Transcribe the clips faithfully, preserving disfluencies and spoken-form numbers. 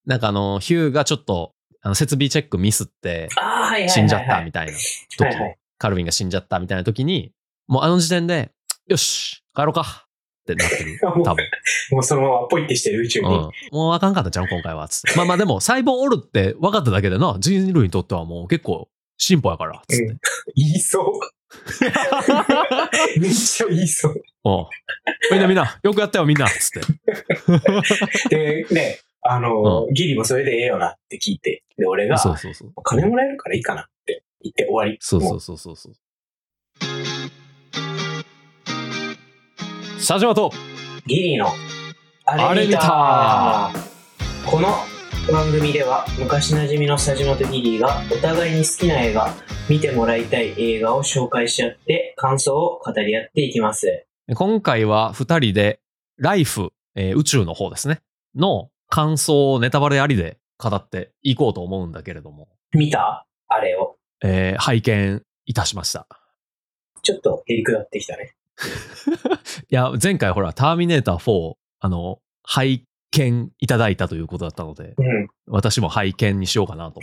なんかあの、ヒューがちょっと、あの、設備チェックミスって、死んじゃったみたいな時、はいはい、カルヴィンが死んじゃったみたいな時に、もうあの時点で、よし、帰ろうかってなってる。多分。 もうそのままポイってしてる宇宙に。うん、 もうあかんかったじゃん、今回は。つって。まあまあでも、細胞おるって分かっただけでな、人類にとってはもう結構進歩やから、つって。うん、 言いそう。めっちゃ言いそう。 おうみんなみんな、よくやったよみんな、つって。で、ね、あの、うん、ギリもそれでええよなって聞いて、で、俺が、そうそうそう、金もらえるからいいかなって言って終わり。 そうそうそうそうそう。佐島とギリのあれ見た。この番組では昔なじみの佐島とギリがお互いに好きな映画、見てもらいたい映画を紹介し合って感想を語り合っていきます。 今回はふたりでライフ、えー、宇宙の方ですねの感想をネタバレありで語っていこうと思うんだけれども。 見た？あれを、 えー、拝見いたしました。 ちょっとへりくだってきたね。 いや、前回ほら、ターミネーターフォー、あの、拝見いただいたということだったので、うん、私も拝見にしようかなと思って、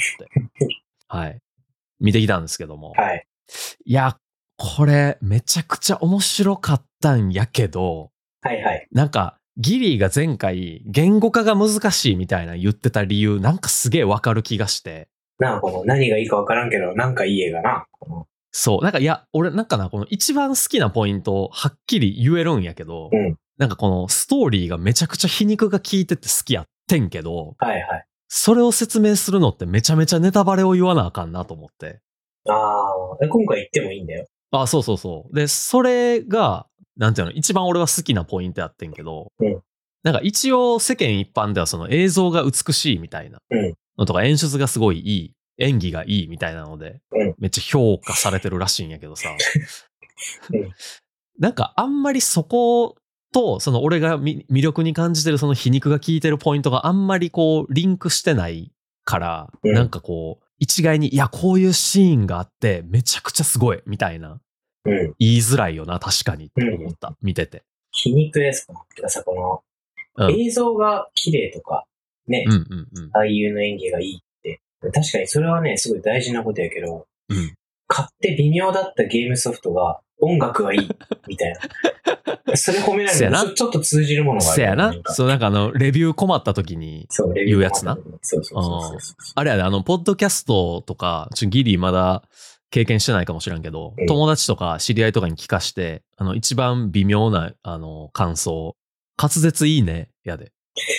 はい。見てきたんですけども。 はい。 いや、これ、めちゃくちゃ面白かったんやけど、 はいはい。 なんか、ギリーが前回、言語化が難しいみたいな言ってた理由、なんかすげえわかる気がして。 なんかこの、何がいいかわからんけど、なんかいい映画な。 そう。なんか、いや、俺、なんかな、この一番好きなポイントをはっきり言えるんやけど、うん、なんかこのストーリーがめちゃくちゃ皮肉が効いてて好きやってんけど、 はいはい。 それを説明するのってめちゃめちゃネタバレを言わなあかんなと思って。 ああ、今回言ってもいいんだよ。 あ、そうそうそう。で、それが、なんていうの、一番俺は好きなポイントやってんけど、うん、なんか一応世間一般ではその映像が美しいみたいなのとか演出がすごいいい。演技がいいみたいなので、うん、めっちゃ評価されてるらしいんやけどさ、うん、なんかあんまりそことその俺が魅力に感じてるその皮肉が効いてるポイントがあんまりこうリンクしてないから、うん、なんかこう一概にいやこういうシーンがあってめちゃくちゃすごいみたいな、うん、言いづらいよな確かにって思った、うん、見てて。 皮肉ですか？てかさ、この、うん、映像が綺麗とかね、うんうんうん、俳優の演技がいい。確かにそれはね、すごい大事なことやけど、うん、買って微妙だったゲームソフトが音楽はいいみたいな。それ褒められるとちょっと通じるものがある。 せやな。そう、なんかあの、レビュー困った時に言うやつな。 そうそうそうそう。 あれやで、あの、ポッドキャストとか、ちょギリまだ経験してないかもしれんけど、うん、友達とか知り合いとかに聞かして、あの、一番微妙な、あの、感想、滑舌いいね、やで。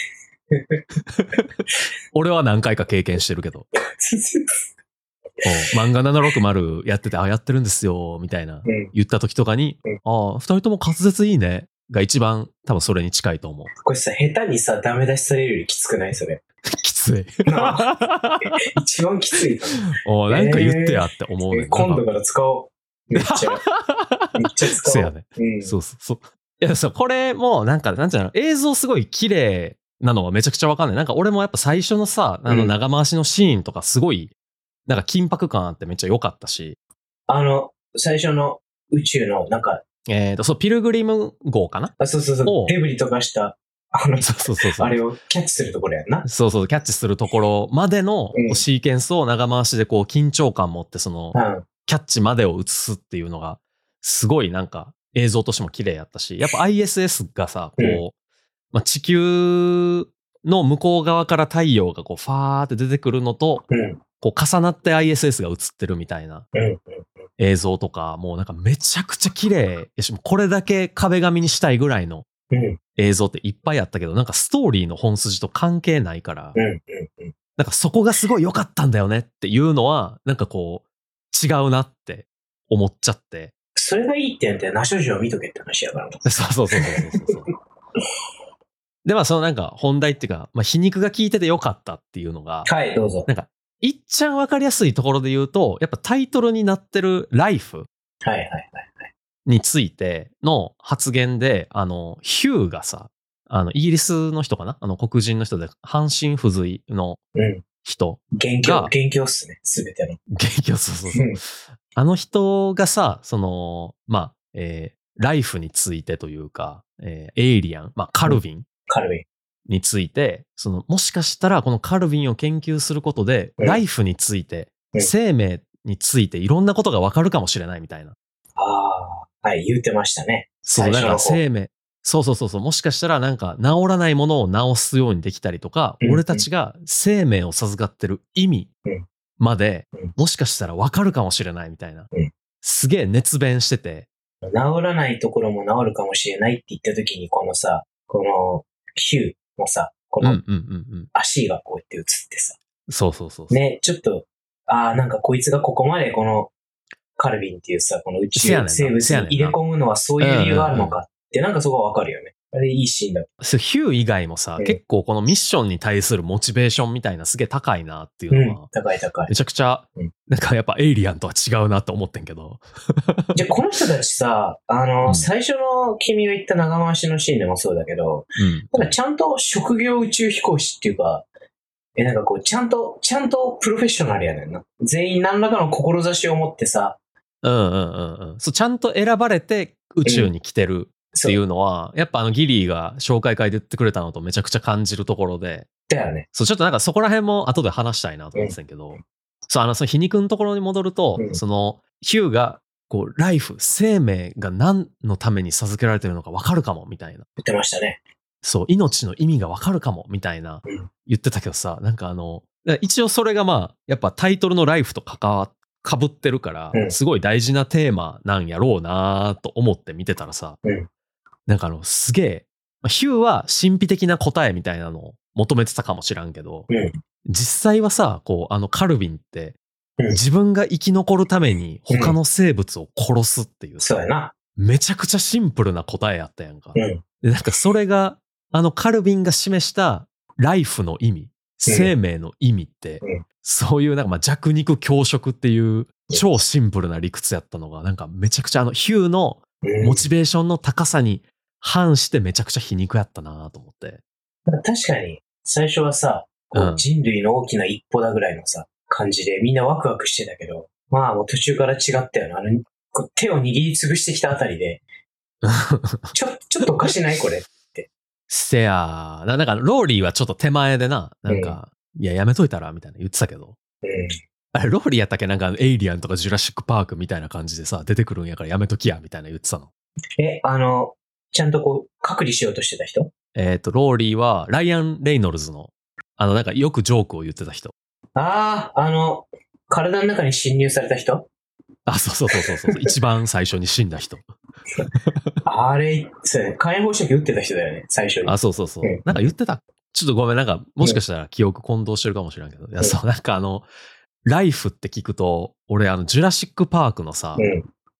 俺は何回か経験してるけど漫画ななひゃくろくじゅうやっててあやってるんですよみたいな、うん、言った時とかに、うん、ああ二人とも滑舌いいねが一番多分それに近いと思う。 これさ下手にさダメ出しされるよりきつくないそれきつい一番きついおなんか言ってやって思うね、 えー、今度から使おうめっちゃめっちゃ使おうそうやね、うん、そうそうそういやそうこれもなんかなんていうの映像すごい綺麗なのはめちゃくちゃわかんない。なんか俺もやっぱ最初のさ、あの長回しのシーンとかすごい、なんか緊迫感あってめっちゃ良かったし。 あの、最初の宇宙のなんか。 えっと、そう、ピルグリム号かなあ、そうそうそう。デブリとかした、あの、 そうそうそうそう。 あれをキャッチするところやんな。 そうそう、キャッチするところまでのシーケンスを長回しでこう緊張感持ってその、うん、キャッチまでを映すっていうのが、すごいなんか映像としても綺麗やったし、やっぱ アイエスエス がさ、こう、うんまあ、地球の向こう側から太陽がこうファーって出てくるのと、うん、こう重なって アイエスエス が映ってるみたいな映像とか、もうなんかめちゃくちゃ綺麗やし、これだけ壁紙にしたいぐらいの映像っていっぱいあったけど、なんかストーリーの本筋と関係ないから、なんかそこがすごい良かったんだよねっていうのは、なんかこう違うなって思っちゃって。 それがいいってやったらナショジを見とけって話やから。 そうそうそうそうそうそう。で、まあ、そのなんか、本題っていうか、まあ、皮肉が効いててよかったっていうのが、 はい、どうぞ。 なんか、いっちゃんわかりやすいところで言うと、やっぱタイトルになってるライフについての発言で、あの、ヒューがさ、あの、イギリスの人かなあの、黒人の人で、半身不随の人が、 うん、元凶、元凶っすね、すべての。 元凶、そうそうそう。あの人がさ、その、まあ、えー、ライフについてというか、えー、エイリアン、まあ、カルヴィン。 カルヴィン。 について、その、もしかしたらこのカルビンを研究することで、うん、ライフについて、うん、生命についていろんなことがわかるかもしれないみたいな。 ああ、はい、言ってましたね。 そう、なんか生命、そうそうそうそう、もしかしたらなんか治らないものを治すようにできたりとか、うん、俺たちが生命を授かってる意味まで、うん、もしかしたらわかるかもしれないみたいな。うん、すげえ熱弁してて。 治らないところも治るかもしれないって言った時に、このさ、この、ヒューのさ、この足がこうやって映ってさ。 そうそうそうそう。 ね、ちょっと、ああ、なんかこいつがここまでこのカルビンっていうさ、この宇宙生物に入れ込むのはそういう理由があるのかってなんかそこはわかるよね。あれいいシーンだ。 そう、ヒュー以外もさ、うん、結構このミッションに対するモチベーションみたいなすげえ高いなっていうのは、うん、 高い高い。 めちゃくちゃ、うん、なんかやっぱエイリアンとは違うなって思ってんけど。 じゃあこの人たちさ、あの、うん、最初の君が言った長回しのシーンでもそうだけど、うん、なんかちゃんと職業宇宙飛行士っていうか、え、なんかこう、ちゃんと、ちゃんとプロフェッショナルやねんな。全員何らかの志を持ってさ、 うんうんうんうん。そう、ちゃんと選ばれて宇宙に来てるっていうのは、うん、やっぱあのギリーが紹介会で言ってくれたのとめちゃくちゃ感じるところで。 だよね。 そう、ちょっとなんかそこら辺も後で話したいなと思ってたんやけど、うん、そう、あの、その皮肉のところに戻ると、うん、その、ヒューが、こう、ライフ、生命が何のために授けられてるのか分かるかも、みたいな。 言ってましたね。 そう、命の意味が分かるかも、みたいな、言ってたけどさ、なんかあの、一応それがまあ、やっぱタイトルのライフと関わって、かぶってるから、うん、すごい大事なテーマなんやろうなと思って見てたらさ、うん、なんかあの、すげえ、ヒューは神秘的な答えみたいなのを求めてたかもしらんけど、うん、実際はさ、こう、あのカルビンって、うん、自分が生き残るために他の生物を殺すっていうさ、 そうやな。 めちゃくちゃシンプルな答えやったやんか。うん、でなんかそれが、あのカルビンが示したライフの意味、生命の意味って、うん、そういうなんかまあ弱肉強食っていう超シンプルな理屈やったのがなんかめちゃくちゃあのヒューのモチベーションの高さに反してめちゃくちゃ皮肉やったなと思って。 確かに最初はさ、こう人類の大きな一歩だぐらいのさ、感じでみんなワクワクしてたけど、まあもう途中から違ったよな。あのこう手を握りつぶしてきたあたりで、ちょ、ちょっとおかしないこれって。 せやな、なんかローリーはちょっと手前でな、なんか、うん、いややめといたらみたいな言ってたけど。うん、あれローリーやったっけ、なんかエイリアンとかジュラシックパークみたいな感じでさ、出てくるんやからやめときやみたいな言ってたの。 え、あの、ちゃんとこう、隔離しようとしてた人？ えっと、ローリーはライアン・レイノルズの、あの、なんかよくジョークを言ってた人。 ああ、あの、体の中に侵入された人？ あ、そうそうそうそうそう。一番最初に死んだ人。 あれ、そうね。火炎放射器撃ってた人だよね、最初に。 あ、そうそうそう。うん、なんか言ってた。ちょっとごめん、なんか、もしかしたら記憶混同してるかもしれんけど。うん、いや、そう、なんかあの、ライフって聞くと、俺あの、ジュラシックパークのさ、うん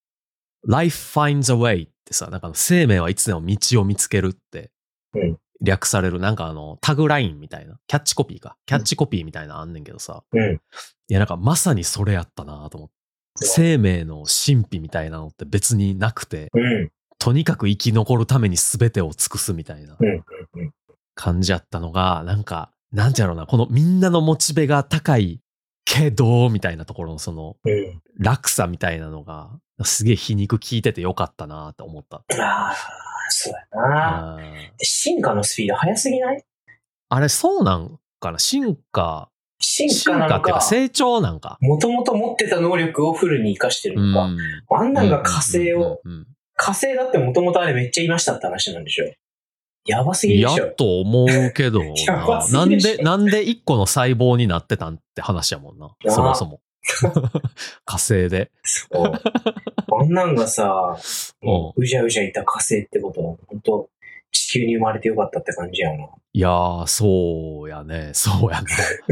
、Life finds a way ってさ、なんか生命はいつでも道を見つけるって、略される、なんかあの、タグラインみたいな、キャッチコピーか。キャッチコピーみたいなのあんねんけどさ。うん、いや、なんかまさにそれやったなと思って。生命の神秘みたいなのって別になくて、うん、とにかく生き残るために全てを尽くすみたいな感じやったのが、なんか、なんてやろうな、このみんなのモチベが高いけど、みたいなところのその、落差みたいなのが、すげえ皮肉効いててよかったなって思った。 ああ、そうやな。進化のスピード速すぎない？ あれ、そうなんかな？進化、 進化なのか、進化っていうか成長なんか。 もともと持ってた能力をフルに活かしてるのか。うん、あんなんが火星を、うんうんうんうん、火星だってもともとあれめっちゃいましたって話なんでしょ。やばすぎでしょ。 やっと思うけどな。なんで、なんで一個の細胞になってたんって話やもんな。そもそも。火星で。 そう。あんなんがさ、うじゃうじゃいた火星ってことは、本当地球に生まれてよかったって感じやな。 いやー、そうやね。そうやね。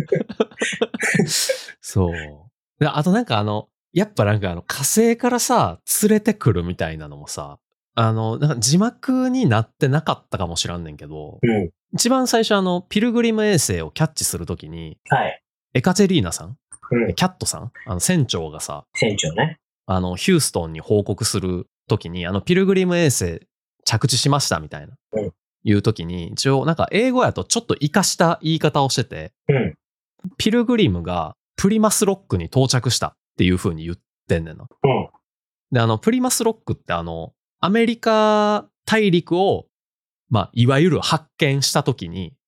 そう。で、あとなんかあの、やっぱなんかあの火星からさ、連れてくるみたいなのもさ、あの、なんか字幕になってなかったかもしらんねんけど、うん、一番最初あの、ピルグリム衛星をキャッチするときに、はい、エカチェリーナさん、うん、キャットさん、あの船長がさ、 船長ね。 あの、ヒューストンに報告するときに、あの、ピルグリム衛星着地しましたみたいな、うん、いうときに、一応なんか英語やとちょっと活かした言い方をしてて、うん、ピルグリムがプリマスロックに到着したっていう風に言ってんねんな。うん、で、あの、プリマスロックってあの、アメリカ大陸を、まあ、いわゆる発見したときに、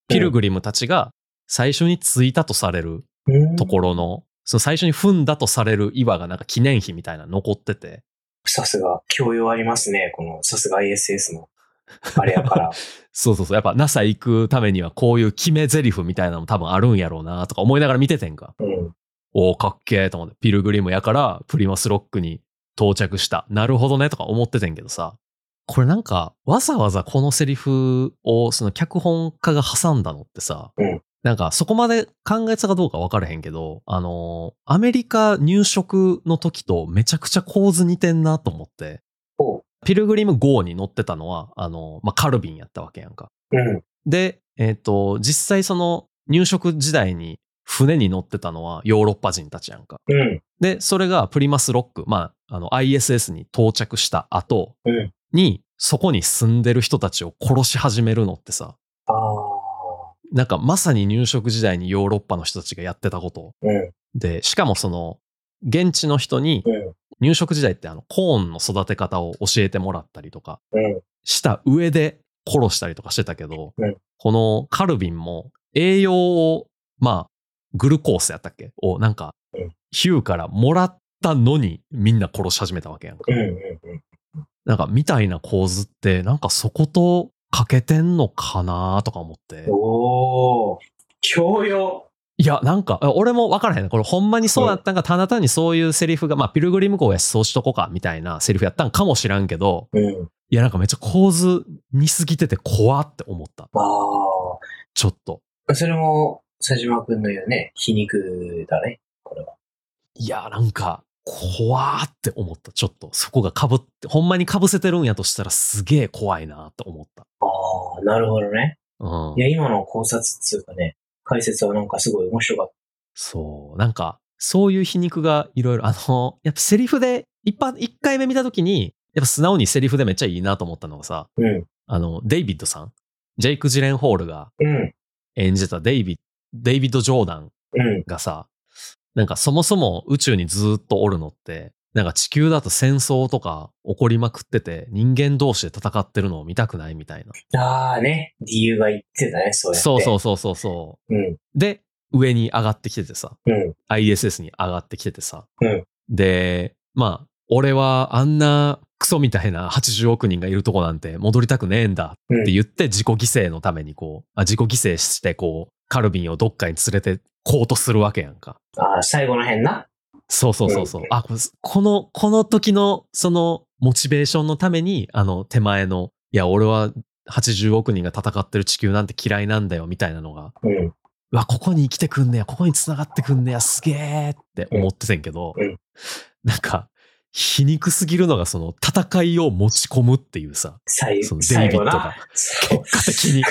ピルグリムたちが最初に着いたとされるところの、その最初に踏んだとされる岩がなんか記念碑みたいなの残ってて。 さすが、教養ありますね。この、さすが アイエスエス の、あれやから。 そうそうそう。やっぱ ナサ 行くためにはこういう決め台詞みたいなのも多分あるんやろうなとか思いながら見ててんか。 うん。 おーかっけーと思って、ピルグリムやからプリマスロックに到着した。なるほどねとか思っててんけどさ。これなんか、わざわざこのセリフをその脚本家が挟んだのってさ、 うん、 なんかそこまで考えてたかどうか分からへんけど、あのー、アメリカ入植の時とめちゃくちゃ構図似てんなと思って、ピルグリムゴーに乗ってたのは、あのー、まあ、カルビンやったわけやんか。 うん、 で、えっと、実際その入植時代に船に乗ってたのはヨーロッパ人たちやんか。 うん、 で、それがプリマスロック、まあ、あの アイエスエス に到着した後に、そこに住んでる人たちを殺し始めるのってさ、 あなんかまさに入植時代にヨーロッパの人たちがやってたこと。 うん、 で、しかもその、現地の人に入植時代ってあのコーンの育て方を教えてもらったりとかした上で殺したりとかしてたけど、 うん、 このカルビンも栄養を、まあ、グルコースやったっけをなんか、ヒューからもらったのにみんな殺し始めたわけやんか。 うんうんうん、 なんかみたいな構図ってなんかそことかけてんのかなとか思って。 おー、教養。 いや、なんか、俺も分からへんね。これほんまにそうやったんか、ただ単にそういうセリフが、まあ、ピルグリム号やしそうしとこか、みたいなセリフやったんかもしらんけど、 うん、 いや、なんかめっちゃ構図似すぎてて怖って思った。 ああ。 ちょっと。 それも、佐島くんの言うね、皮肉だね、これは。 いや、なんか、怖ーって思った。ちょっと、そこが被って、ほんまに被せてるんやとしたらすげえ怖いなって思った。 ああ、なるほどね。 うん。 いや、今の考察っつうかね、解説はなんかすごい面白かった。 そう。なんか、そういう皮肉がいろいろ、あの、やっぱセリフで、一般、一回目見たときに、やっぱ素直にセリフでめっちゃいいなと思ったのがさ、 うん。 あの、デイビッドさん、ジェイク・ジレンホールが演じたデイビッド、デイビッド・ジョーダンがさ、うん、なんかそもそも宇宙にずっとおるのって、なんか地球だと戦争とか起こりまくってて、人間同士で戦ってるのを見たくないみたいな。 ああね、理由が言ってたね、そうやって。 そうそうそうそうそう。うん、で、上に上がってきててさ、うん、アイエスエス に上がってきててさ、うん、で、まあ、俺はあんなクソみたいなはちじゅうおくにんがいるとこなんて戻りたくねえんだって言って自己犠牲のためにこう、あ自己犠牲してこう、カルビンをどっかに連れてこうとするわけやんか。 ああ、最後の辺な。 そうそうそうそう。うん、あ、この、この時のそのモチベーションのために、あの手前の、いや、俺ははちじゅうおくにんが戦ってる地球なんて嫌いなんだよみたいなのが、うん、うわ、ここに生きてくんねや、ここに繋がってくんねや、すげーって思っててんけど、うんうん、なんか、皮肉すぎるのがその戦いを持ち込むっていうさ、そのデイビッドが結果的に。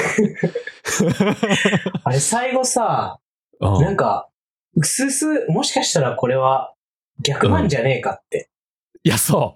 あれ最後さ、うん、なんか、うすうす、もしかしたらこれは逆なんじゃねえかって。 うん、いや、そう。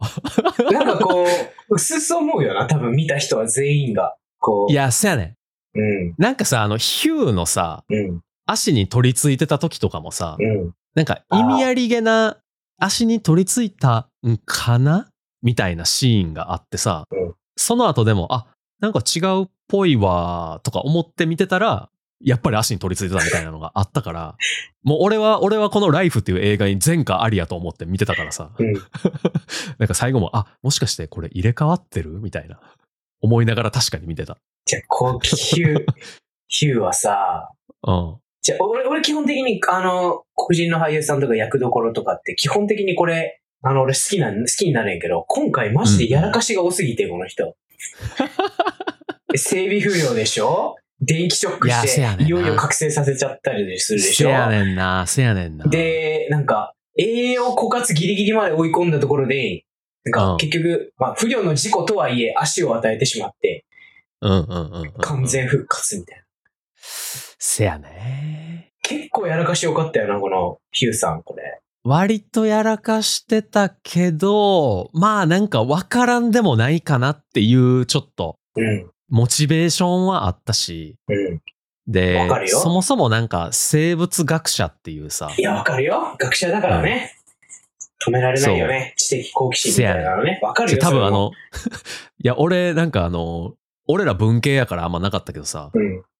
なんかこう、うすうす思うよな、多分見た人は全員が。こう。 いや、そうやねん。うん。なんかさ、あの、ヒューのさ、うん、足に取り付いてた時とかもさ、うん、なんか意味ありげな足に取り付いたんかなみたいなシーンがあってさ、うん、その後でも、あ、なんか違うっぽいわとか思って見てたら、やっぱり足に取り付いてたみたいなのがあったから、もう俺は、俺はこのライフっていう映画に前科ありやと思って見てたからさ、うん、なんか最後も、あ、もしかしてこれ入れ替わってるみたいな。思いながら確かに見てた。 じゃあ、こう、ヒュー、ヒューはさ、うん。じゃあ、俺、俺基本的に、あの、黒人の俳優さんとか役どころとかって、基本的にこれ、あの、俺好きなん、好きになるんやけど、今回マジでやらかしが多すぎて、うん、この人。整備不良でしょ電気ショックして、いよいよ覚醒させちゃったりするでしょ。 せやねんな、せやねんな。 で、なんか、栄養枯渇ギリギリまで追い込んだところで、なんか、結局、うん、まあ、不慮の事故とはいえ、足を与えてしまって、 うんうんうん、うん。 完全復活みたいな。 せやね。 結構やらかしよかったよな、このヒューさん、これ。 割とやらかしてたけど、まあなんかわからんでもないかなっていうちょっと、モチベーションはあったし、うん、で、わかるよ。そもそもなんか生物学者っていうさ。 いや、わかるよ。学者だからね。うん、止められないよね。知的好奇心みたいなのね。わかるよ。 多分あの、いや、俺なんかあの、俺ら文系やからあんまなかったけどさ、うん、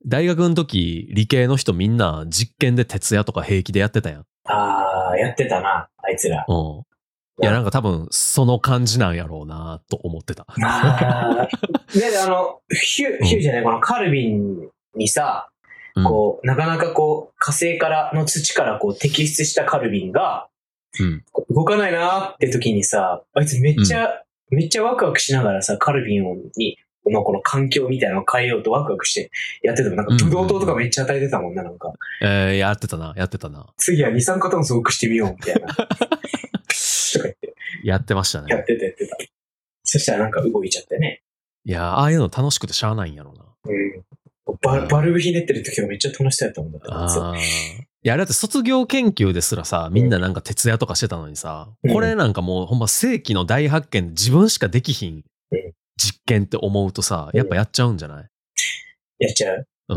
大学の時、理系の人みんな実験で徹夜とか平気でやってたやん。 ああ、やってたな、あいつら。 うん。いや、なんか多分、その感じなんやろうな、と思ってた。 ああ。で、あの、ヒュ、ヒュじゃない、うん、このカルビンにさ、こう、うん、なかなかこう、火星からの土からこう、摘出したカルビンが、うん、動かないなーって時にさ、あいつめっちゃ、うん、めっちゃワクワクしながらさ、カルビンに、のこの環境みたいなのを変えようとワクワクしてやってたもん。なんかブドウ糖とかめっちゃ与えてたもんな、なんか。 えー、やってたな、やってたな。 次は二酸化炭素多くしてみよう、みたいな。とか言って。 やってましたね。 やってた、やってた。そしたらなんか動いちゃってね。 いやー、ああいうの楽しくてしゃあないんやろうな。 うん。バ, バルブひねってる時はめっちゃ楽しそうやったもんだって。 ああ。いや、だって卒業研究ですらさ、みんななんか徹夜とかしてたのにさ、うん、これなんかもうほんま世紀の大発見、自分しかできひん実験って思うとさ、やっぱやっちゃうんじゃない？ やっちゃう。 うん。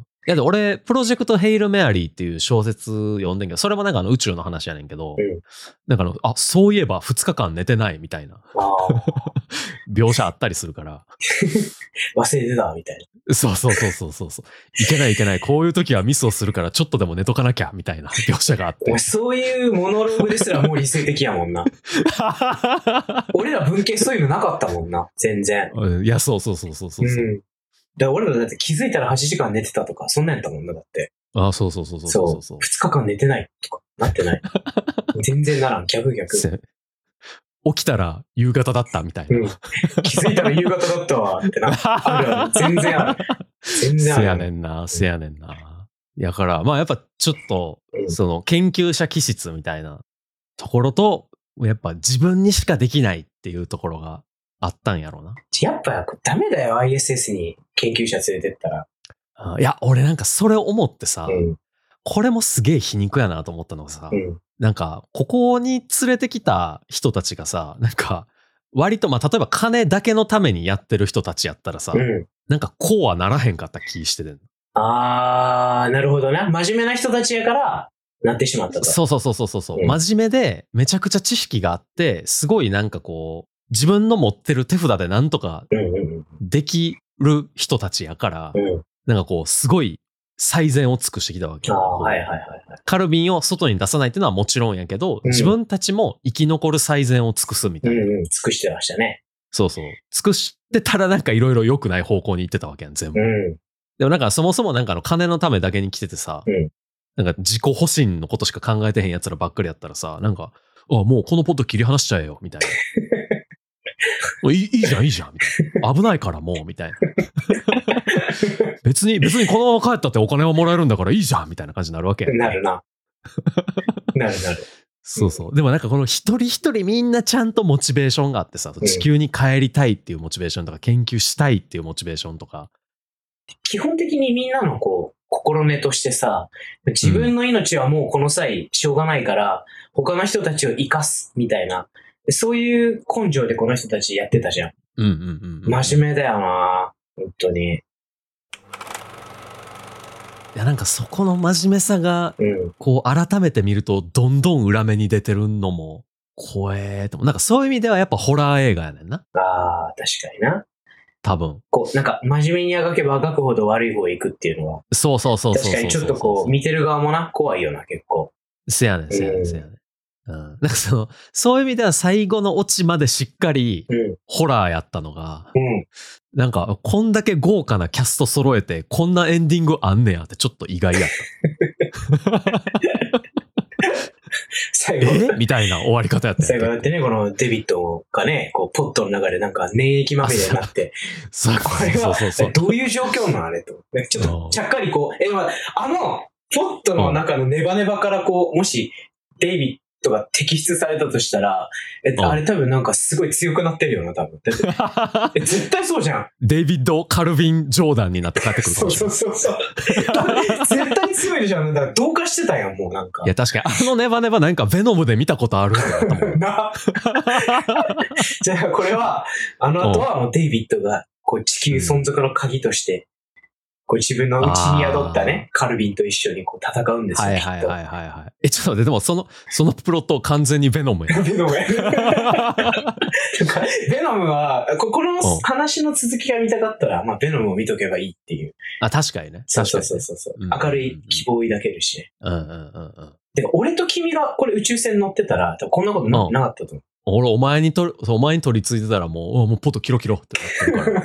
いやで俺、プロジェクトヘイルメアリーっていう小説読んでんけど、それもなんかあの宇宙の話やねんけど、うん、なんかあの、あ、そういえばふつかかん寝てないみたいな描写あったりするから。 忘れてたみたいな。そうそうそうそうそうそう。いけないいけない。こういう時はミスをするからちょっとでも寝とかなきゃみたいな描写があって。 そういうモノローグですらもう理性的やもんな。俺ら文系そういうのなかったもんな、全然。 いや、そうそうそうそうそう。うんだから俺らだって気づいたらはちじかん寝てたとか、そんなんやったもんな、だって。 ああ、そうそうそうそうそうそう。 ふつかかん寝てないとか、なってない。全然ならん、逆逆。 起きたら夕方だったみたいな。うん、 気づいたら夕方だったわってな。あるある。全然ある。全然ある。 せやねんな、せやねんな。やから、まあやっぱちょっと、うん、その研究者気質みたいなところと、やっぱ自分にしかできないっていうところが、あったんやろうな。 やっぱダメだよ、アイエスエス に研究者連れてったら。 あいや、俺なんかそれを思ってさ、うん、これもすげえ皮肉やなと思ったのがさ、うん、なんか、ここに連れてきた人たちがさ、なんか、割と、まあ、例えば金だけのためにやってる人たちやったらさ、うん、なんかこうはならへんかった気しててん。 あー、なるほどね。真面目な人たちやから、なってしまったと。 そうそうそうそうそう、うん、真面目で、めちゃくちゃ知識があって、すごいなんかこう、自分の持ってる手札でなんとかできる人たちやから、うん、なんかこう、すごい最善を尽くしてきたわけ。 あはいはいはいはい、 カルビンを外に出さないっていうのはもちろんやけど、うん、自分たちも生き残る最善を尽くすみたいな。 うんうん、尽くしてましたね。 そうそう。尽くしてたらなんかいろいろ良くない方向に行ってたわけやん、全部。うん、でもなんかそもそもなんかの金のためだけに来ててさ、うん、なんか自己保身のことしか考えてへん奴らばっかりやったらさ、なんか、あ、もうこのポット切り離しちゃえよ、みたいな。いい、いいじゃん、いいじゃん、みたいな。危ないからもう、みたいな。別に、別にこのまま帰ったってお金はもらえるんだからいいじゃん、みたいな感じになるわけ。 なるな。なるなる。 そうそう。でもなんかこの一人一人みんなちゃんとモチベーションがあってさ、地球に帰りたいっていうモチベーションとか、研究したいっていうモチベーションとか。 基本的にみんなのこう、心根としてさ、自分の命はもうこの際しょうがないから、他の人たちを生かすみたいな。そういう根性でこの人たちやってたじゃん。 うんうんうん、うん。 真面目だよな本当に。いやなんかそこの真面目さが、こう改めて見るとどんどん裏目に出てるのも怖えと。なんかそういう意味ではやっぱホラー映画やねんな。 ああ、確かにな。 多分。 こう、なんか、真面目にあがけばあがくほど悪い方へ行くっていうのは。 そうそうそうそうそう。 確かにちょっとこう、見てる側もな、怖いよな、結構。 せやねん、せやねん、せやねん。うん。なんかその、そういう意味では最後のオチまでしっかり、ホラーやったのが、うん、なんか、こんだけ豪華なキャスト揃えて、こんなエンディングあんねやってちょっと意外やった。最後えみたいな終わり方やったよ。 最後だってね、このデビッドがね、こう、ポットの中でなんか粘液まみれになって、 そうこれはどういう状況なのあれと。ちょっと、ちゃっかりこう、え、まあ、あの、ポットの中のネバネバからこう、もし、デイビッドが摘出されたとしたら、えあれ多分なんかすごい強くなってるよな、多分。だってえ絶対そうじゃん。 デイビッド・カルビン・ジョーダンになって帰ってくるかもしれない。 そうそうそうそう。絶対強いでしょ。だから同化してたやん、もうなんか。 いや、確かに、あのネバネバなんかベノムで見たことあるってなったもん。 な。じゃあこれは、あの後はもうデイビッドがこう地球存続の鍵として、 こう自分の内に宿ったね、カルビンと一緒にこう戦うんですよ。 はいはいはいはいはい。え、ちょっと待って、でもその、そのプロット完全にベノムや。 ベノムや。ベノムは、ここの話の続きが見たかったら、まあベノムを見とけばいいっていう。 あ、確かにね。 そうそうそうそう、うんうんうん。明るい希望を抱けるしね。 うんうんうんうん。 で、俺と君がこれ宇宙船乗ってたら、こんなこと な,、うん、なかったと思う。 俺、お前にと、お前に取り付いてたらもう、もうポットキロキロってなってるから。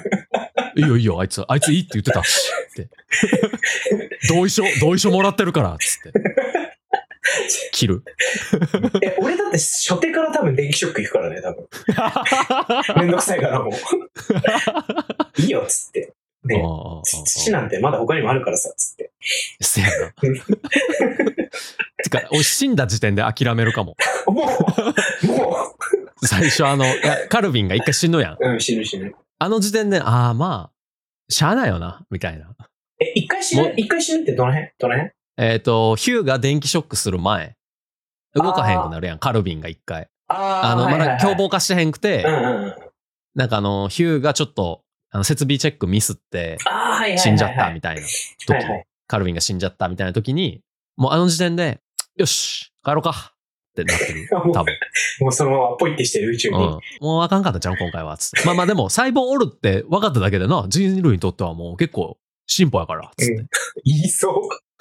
いいよいいよ、あいつ、あいついいって言ってたし。って。同意書、同意書もらってるから、つって。切る。 え、俺だって初手から多分電気ショック行くからね、多分。めんどくさいからもう。いいよ、つって。ね、土なんてまだ他にもあるからさ、つって。 せやな。てか、俺死んだ時点で諦めるかも。 もう、もう。最初あの、いやカルビンが一回死ぬやん。 うん、死ぬ死ぬ。 あの時点で、ああ、まあ、しゃあないよな、みたいな。 え、一回死ぬ一回死ぬってどの辺どの辺えっ、ー、と、ヒューが電気ショックする前、動かへんくなるやん、カルビンが一回。 ああの、まだ凶暴化してへんくて、 うんうんうん、 なんかあの、ヒューがちょっと、あの設備チェックミスって、死んじゃったみたいな時、はいはいはい、カルビンが死んじゃったみたいな時に、もうあの時点で、よし、帰ろうかってなってる。多分。 もうそのままポイってしてる宇宙に。うん、 もうあかんかったじゃん、今回は。つって。まあまあでも、細胞おるって分かっただけでな、人類にとってはもう結構進歩やから、つって。うん、 言いそう。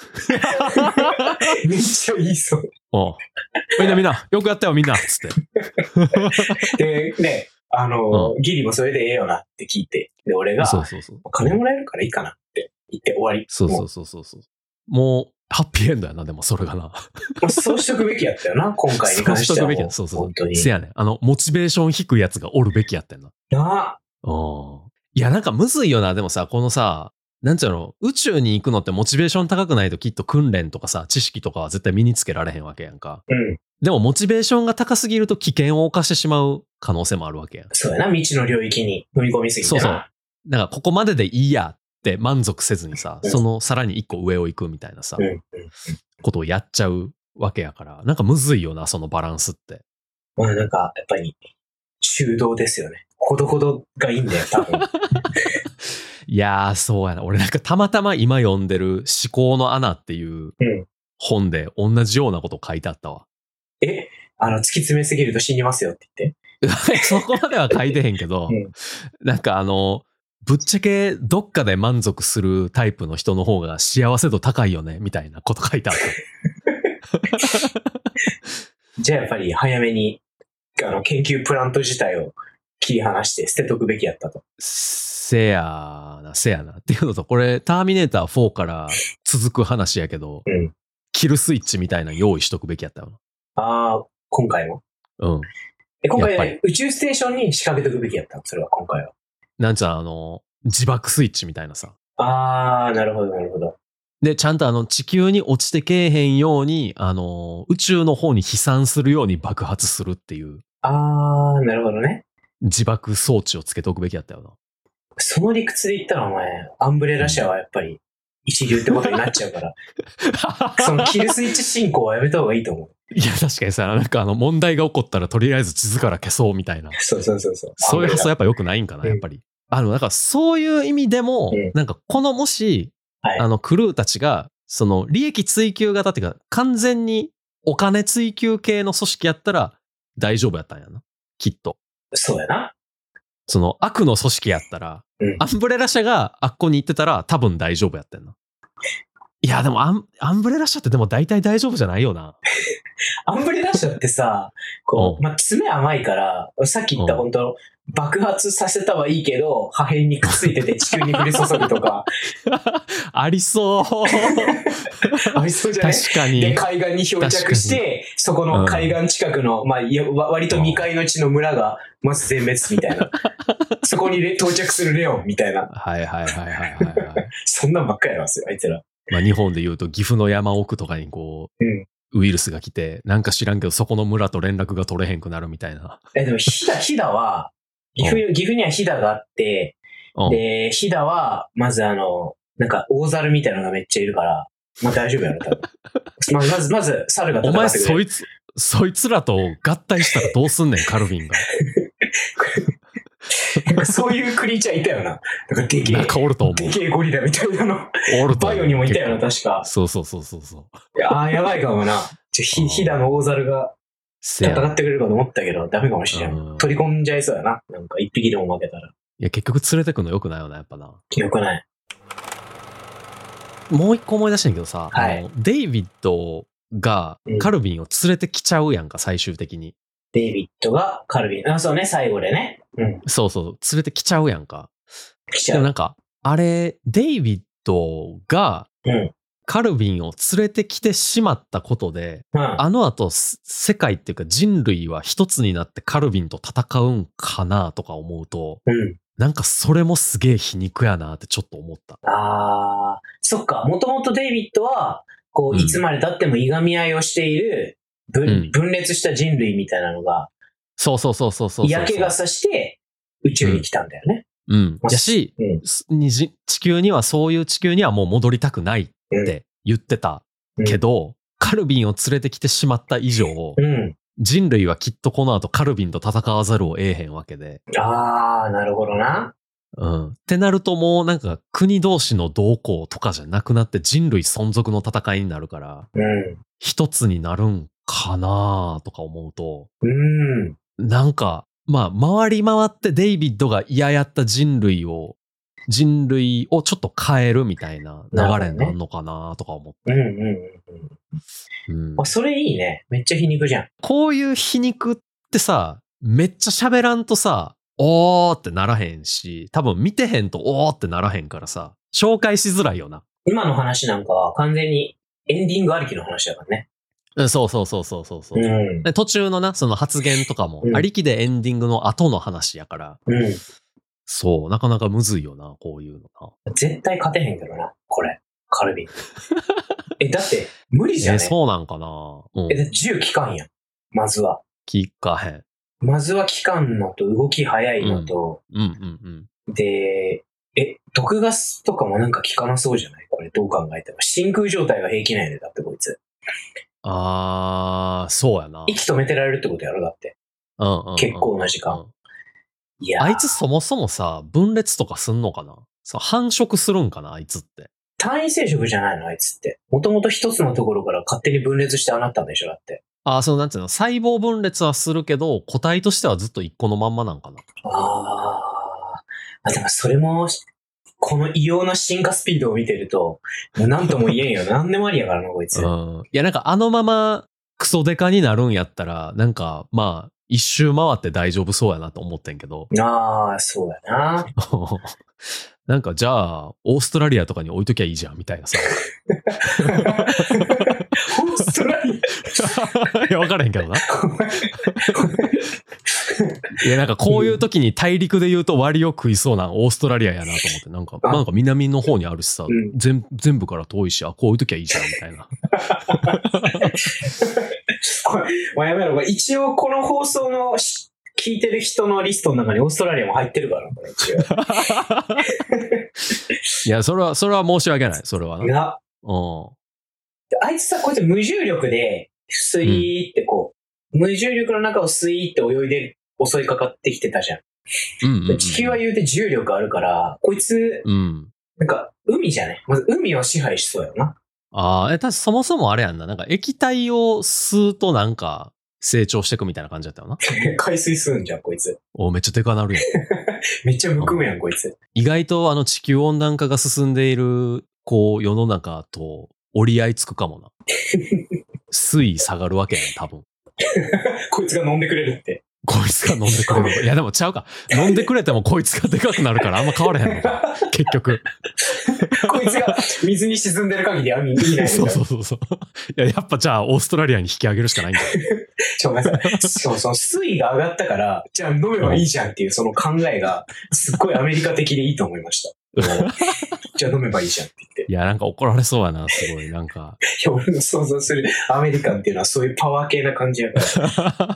めっちゃ言いそう。 おうみんなみんな、よくやったよみんな、つって。で、ね、あの、うん、ギリもそれでええよなって聞いて、で、俺が、そうそうそう金もらえるからいいかなって言って終わり。 そうそうそうそうそう。もう、ハッピーエンドやな、でもそれがな。 そうしとくべきやったよな、今回に関しては。そうしとくべきや。 そうそう。本当に。せやねん。あの、モチベーション低いやつがおるべきやったんな。 なあ。うん。いや、なんかむずいよな、でもさ、このさ、なんちゃうの、宇宙に行くのってモチベーション高くないときっと訓練とかさ、知識とかは絶対身につけられへんわけやんか。 うん。 でもモチベーションが高すぎると危険を冒してしまう可能性もあるわけやん。 そうやな、未知の領域に踏み込みすぎて。 そうそう。なんかここまででいいやって満足せずにさ、うん、そのさらに一個上を行くみたいなさ、 うんうんうん、 ことをやっちゃうわけやから、なんかむずいよな、そのバランスって。 まあなんか、やっぱり、中道ですよね。ほどほどがいいんだよ、多分。 いやー、そうやな。俺なんかたまたま今読んでる思考の穴っていう本で同じようなこと書いてあったわ。 うん、えあの、突き詰めすぎると死にますよって言って。 そこまでは書いてへんけど、うん、なんかあの、ぶっちゃけどっかで満足するタイプの人の方が幸せ度高いよねみたいなこと書いてあった。 じゃあやっぱり早めにあの研究プラント自体を切り離して捨てとくべきやったと。 せやな、せやな。っていうのと、これターミネーターフォーから続く話やけど、 うん、 キルスイッチみたいなの用意しとくべきやったよな。 ああ、今回も。 うん。 え今回、ね、宇宙ステーションに仕掛けとくべきやったのそれは今回は。 なんちゃう、あの、自爆スイッチみたいなさ。 あー、なるほど、なるほど。 で、ちゃんとあの、地球に落ちてけえへんように、あの、宇宙の方に飛散するように爆発するっていう。 あー、なるほどね。 自爆装置をつけておくべきだったよな。 その理屈で言ったらお前、アンブレラ社はやっぱり一流ってことになっちゃうから、そのキルスイッチ進行はやめた方がいいと思う。 いや、確かにさ、なんかあの、問題が起こったらとりあえず地図から消そうみたいな。 そうそうそうそう。 そういう発想やっぱ良くないんかな、やっぱり。うん、あの、なんかそういう意味でも、うん、なんかこのもし、はい、あの、クルーたちが、その利益追求型っていうか、完全にお金追求系の組織やったら大丈夫やったんやな。きっと。 そうやな。 その悪の組織やったら、うん、アンブレラ社があっこに行ってたら多分大丈夫やったんな。いや、でもアン、アンブレラ社ってでも大体大丈夫じゃないよな。 アンブレラ社ってさ、こう、まあ、爪甘いから、さっき言った本当、爆発させたはいいけど、破片にくっついてて地球に降り注ぐとか。 ありそう。 ありそうじゃない？ 確かに。 で、海岸に漂着して、そこの海岸近くの、うん、まあ、割と未開の地の村が、まず全滅みたいな。そこに到着するレオンみたいな。 はいはいはいはいはい、はい。 そんなんばっかりやますよ、あいつら。 まあ、日本で言うと岐阜の山奥とかにこう、うんウイルスが来て、なんか知らんけど、そこの村と連絡が取れへんくなるみたいな。 え、でも、ひだ、ひだは、岐阜、岐阜にはひだがあって、で、ひだは、まずあの、なんか、大猿みたいなのがめっちゃいるから、まあ大丈夫やろ、多分。まあ、まず、まず、猿が戦ってくれる。 お前、そいつ、そいつらと合体したらどうすんねん、カルビンが。 かそういうクリーチャーいたよな。なんかでけえ。 なんかおると思う。 でけえゴリラみたいなの。 おると思う。 バイオにもいたよな、確か。 そうそうそうそうそう。 いやあ、やばいかもな。ちょ、ひ、ひだの大猿が戦ってくれるかと思ったけど、ダメかもしれん。取り込んじゃいそうやな。なんか一匹でも負けたら。いや、結局連れてくのよくないよな、やっぱな。 よくない。 もう一個思い出したんやけどさ、 はい、 あのデイビッドがカルビンを連れてきちゃうやんか、最終的に。 デイビッドがカルビン。あ、そうね、最後でね。うん。 そうそう、連れてきちゃうやんか。 来ちゃう。 でもなんか、あれ、デイビッドが、カルビンを連れてきてしまったことで、うん、あの後、世界っていうか人類は一つになってカルビンと戦うんかなとか思うと、うん、なんかそれもすげえ皮肉やなってちょっと思った。 あー、そっか。もともとデイビッドは、こう、いつまで経ってもいがみ合いをしている、分、うん、分裂した人類みたいなのが、 そうそうそうそうそう。 嫌気がさして宇宙に来たんだよね。 うん。うん。やし、うん、地球にはそういう地球にはもう戻りたくないって言ってたけど、うん、カルビンを連れてきてしまった以上、うん、人類はきっとこの後カルビンと戦わざるを得へんわけで。 あー、なるほどな。 うん。ってなるともうなんか国同士の同行とかじゃなくなって人類存続の戦いになるから、うん、一つになるんかなとか思うと、うん、なんか、まあ、回り回ってデイビッドが嫌やった人類を、人類をちょっと変えるみたいな流れになるのかなとか思って。うんうんうんうん。あ、それいいね。めっちゃ皮肉じゃん。 こういう皮肉ってさ、めっちゃ喋らんとさ、おーってならへんし、多分見てへんとおーってならへんからさ、紹介しづらいよな。 今の話なんかは完全にエンディングありきの話だからね。 うん、そうそうそうそうそうそう、うんで。途中のな、その発言とかも、ありきでエンディングの後の話やから、うん、そう、なかなかむずいよな、こういうのな。 絶対勝てへんけどな、これ、カルビン。え、だって、無理じゃねえ。 そうなんかな。 うん、え、だって銃効かんやん。まずは。 効かへん。 まずは効かんのと、動き早いのと、うん、うんうんうん。で、え、毒ガスとかもなんか効かなそうじゃない？これどう考えても。真空状態が平気なんやで、だってこいつ。 あー、そうやな。 息止めてられるってことやろ、だって。うんうんうんうん、結構な時間。 いやあいつそもそもさ、分裂とかすんのかな？そう繁殖するんかなあいつって。 単位生殖じゃないのあいつって。もともと一つのところから勝手に分裂してあなったんでしょだって。 ああ、そうなんていうの細胞分裂はするけど、個体としてはずっと一個のまんまなんかな。 ああ。でもそれも、この異様な進化スピードを見てると、もう何とも言えんよ。何でもありやからな、こいつ。 うん。いや、なんかあのままクソデカになるんやったら、なんか、まあ、一周回って大丈夫そうやなと思ってんけど。 ああ、そうやな。 なんかじゃあ、オーストラリアとかに置いときゃいいじゃん、みたいなさ。 オーストラリアいや、わからへんけどな。いや、なんかこういう時に大陸で言うと割を食いそうなオーストラリアやなと思って、なんか、なんか南の方にあるしさ、うん、全, 全部から遠いし、あ、こう置いときゃいいじゃん、みたいな。 まあ、やめろ。一応この放送の聞いてる人のリストの中にオーストラリアも入ってるからな、これ一応。 いや、それは、それは申し訳ない、それはな。な。 うん。あいつさ、こいつ無重力で、スイーってこう、うん、無重力の中をスイーって泳いで襲いかかってきてたじゃん。うんうんうん、地球は言うて重力あるから、こいつ、うん、なんか、海じゃねまず海を支配しそうやな。 ああ、え、たしそもそもあれやんな。なんか液体を吸うとなんか成長していくみたいな感じだったよな。 海水吸うんじゃん、こいつ。 おめっちゃデカなるやん。 めっちゃむくむやん、こいつ。 意外とあの地球温暖化が進んでいる、こう、世の中と折り合いつくかもな。水位下がるわけやん、多分。 こいつが飲んでくれるって。 こいつが飲んでくれる。いやでもちゃうか。飲んでくれてもこいつがでかくなるからあんま変わらへんのか。結局。 こいつが水に沈んでる限りは意味ない。 そうそうそうそう。いや、やっぱじゃあオーストラリアに引き上げるしかないんだよ。 ちょ、ごめんなさい。そうそう、水位が上がったから、じゃあ飲めばいいじゃんっていうその考えが、すっごいアメリカ的でいいと思いました。じゃあ飲めばいいじゃんって言って。 いや、なんか怒られそうやな、すごい。なんか。 いや、俺の想像するアメリカンっていうのはそういうパワー系な感じやから。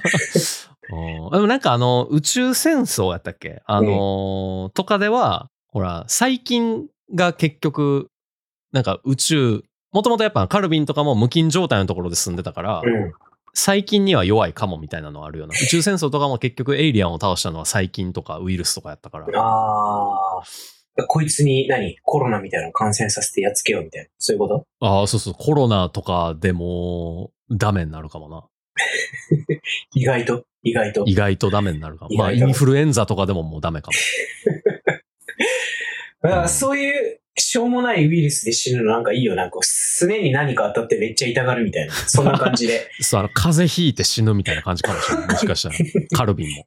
でもなんかあの、宇宙戦争やったっけあのーうん、とかでは、ほら、細菌が結局、なんか宇宙、もともとやっぱカルビンとかも無菌状態のところで住んでたから、うん、 細菌には弱いかもみたいなのあるよな。宇宙戦争とかも結局エイリアンを倒したのは細菌とかウイルスとかやったから。 ああ。こいつに何コロナみたいなの感染させてやっつけようみたいな。そういうこと？ ああ、そうそう。コロナとかでもダメになるかもな。 意外と意外と。 意外とダメになるかも。まあインフルエンザとかでももうダメかも。あ、うん、そういうしょうもないウイルスで死ぬのなんかいいよ。なんかすねに何か当たってめっちゃ痛がるみたいな。そんな感じで。 そう、あの、風邪ひいて死ぬみたいな感じかもしれない。もしかしたら。カルビンも。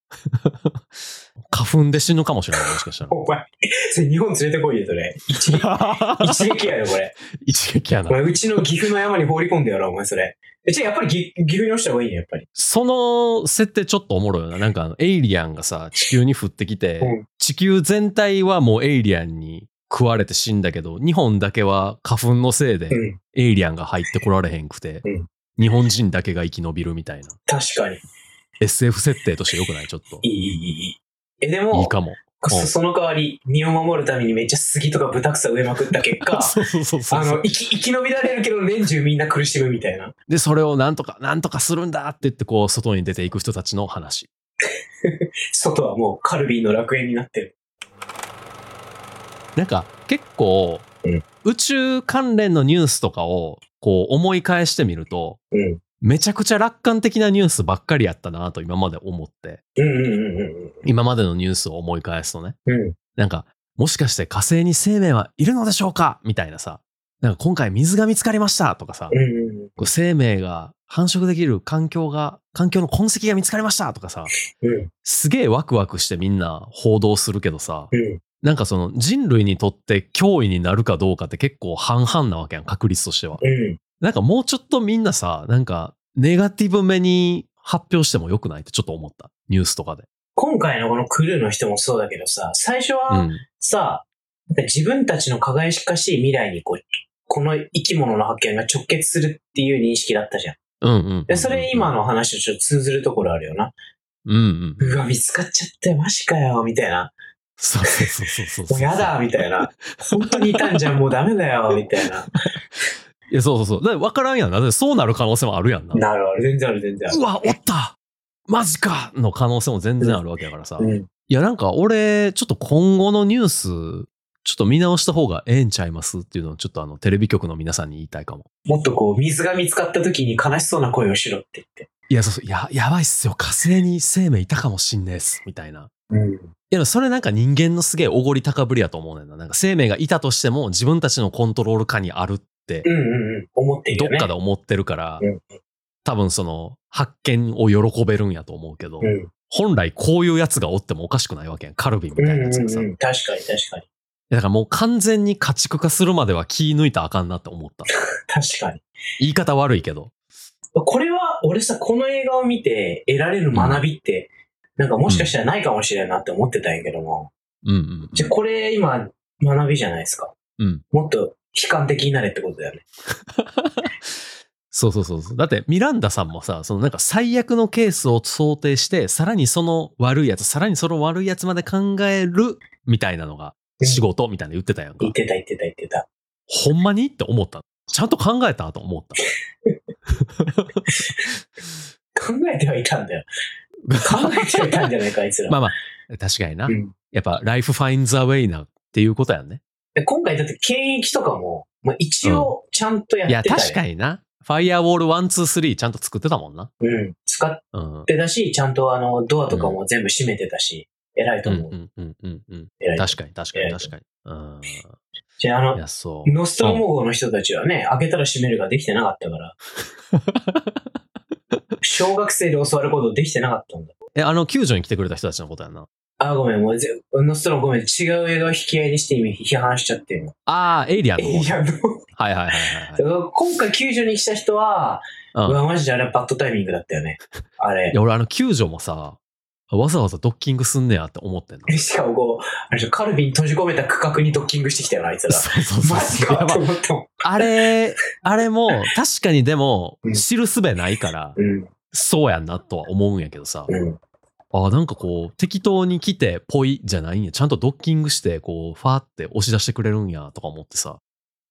花粉で死ぬかもしれない。もしかしたら。 お前、それ日本連れてこいよ、それ。一撃、一撃やよ、これ。 一撃やな。 お前、うちの岐阜の山に放り込んでやろ、お前、それ。え、じゃあやっぱり岐阜に落ちた方がいいね、やっぱり。 その設定ちょっとおもろいよな。なんか、エイリアンがさ、地球に降ってきて、うん、地球全体はもうエイリアンに食われて死んだけど、日本だけは花粉のせいで、エイリアンが入ってこられへんくて、うん、日本人だけが生き延びるみたいな。 確かに。 エスエフ 設定として良くない？ちょっと。 いい、いい、いい。え、でも、 いいかも。 その代わり、身を守るためにめっちゃ杉とか豚草植えまくった結果、 そうそうそうそう。 あの、生き、生き延びられるけど、年中みんな苦しむみたいな。 で、それをなんとか、なんとかするんだって言って、こう、外に出ていく人たちの話。 外はもうカルビーの楽園になってる。 なんか、結構、うん、宇宙関連のニュースとかを、こう、思い返してみると、うん、めちゃくちゃ楽観的なニュースばっかりやったなと今まで思って、 うんうんうんうん、 今までのニュースを思い返すとね、 うん、 なんかもしかして火星に生命はいるのでしょうかみたいなさ、なんか今回水が見つかりましたとかさ、 うんうんうん、 こう生命が繁殖できる環境が環境の痕跡が見つかりましたとかさ、 うん、 すげえワクワクしてみんな報道するけどさ、 うん、 なんかその人類にとって脅威になるかどうかって結構半々なわけやん、確率としては、 うん、 なんかもうちょっとみんなさ、なんかネガティブめに発表してもよくないってちょっと思った。ニュースとかで。 今回のこのクルーの人もそうだけどさ、最初はさ、うん、なんか自分たちの輝かしい未来にこう、この生き物の発見が直結するっていう認識だったじゃん。 うんうんうんうん、 でそれ今の話とちょっと通ずるところあるよな。 うんうん。 うわ、見つかっちゃったよ、マジかよ、みたいな。 そうそうそうそうそうそう。 もうやだ、みたいな。本当にいたんじゃん、もうダメだよ、みたいな。 いや、そうそうそう。だから分からんやんな。そうなる可能性もあるやんな。 なるほど。全然ある、全然ある。 うわ、おったマジかの可能性も全然あるわけやからさ。 うん、 いや、なんか俺、ちょっと今後のニュース、ちょっと見直した方がええんちゃいますっていうのをちょっとあの、テレビ局の皆さんに言いたいかも。 もっとこう、水が見つかった時に悲しそうな声をしろって言って。 いや、そうそう。や、やばいっすよ。火星に生命いたかもしんねえっす。みたいな。 うん。 いや、それなんか人間のすげえおごり高ぶりやと思うねんな。なんか生命がいたとしても自分たちのコントロール下にあるって、 うんうんうん、思ってるよね。 どっかで思ってるから、 うん、 多分その発見を喜べるんやと思うけど、 うん、 本来こういうやつがおってもおかしくないわけやん。カルビンみたいなやつがさ。 うんうんうん、確かに確かに。 だからもう完全に家畜化するまでは気抜いたらあかんなって思った。 確かに。 言い方悪いけど。 これは、俺さ、この映画を見て得られる学びって、うん、なんかもしかしたらないかもしれないなって思ってたんやけども。 うんうんうん、 じゃあこれ今、学びじゃないですか。 うん。 もっと悲観的になれってことだよね。 そうそうそうそう。だってミランダさんもさ、そのなんか最悪のケースを想定して、さらにその悪いやつ、さらにその悪いやつまで考えるみたいなのが仕事みたいな言ってたやんか。 言ってた言ってた言ってた。 ほんまにって思った。ちゃんと考えたと思った。 考えてはいたんだよ。考えてはいたんじゃないか、あいつら。 まあまあ、確かにな。 うん、 やっぱ、ライフファインザウェイなっていうことやんね。 今回だって検疫とかも、まあ、一応ちゃんとやってたよ、うん、 いや、確かにな。ファイアウォールワン、ツー、スリーちゃんと作ってたもんな。 うん。使ってたし、うん、ちゃんとあの、ドアとかも全部閉めてたし、うん、偉いと思う。 うんうんうんうん。偉い。確かに確かに確かに。うん。 じゃあ、あの、 いやそうノストロモ号の人たちはね、開けたら閉めるができてなかったから。小学生で教わることできてなかったんだ。 え、あの、救助に来てくれた人たちのことやな。 あ、ごめん、もうぜ、ノストロごめん、違う映画を引き合いにして今批判しちゃってるの。 ああ、エイリアンの。 エイリアンの。 はいはいはいはい、はい。 今回救助に来た人は、うん、うわ、マジであれはバッドタイミングだったよね。あれ。 いや、俺あの救助もさ、わざわざドッキングすんねやって思ってんの。 しかもこう、あれカルビン閉じ込めた区画にドッキングしてきたよな、あいつら。 そうそうそう。 マジかって思ったもん。 あれ、あれも、確かにでも、知るすべないから、 うん、 そうやんなとは思うんやけどさ。 うん、 あ、なんかこう、適当に来て、ぽいじゃないんや。ちゃんとドッキングして、こう、ファーって押し出してくれるんや、とか思ってさ。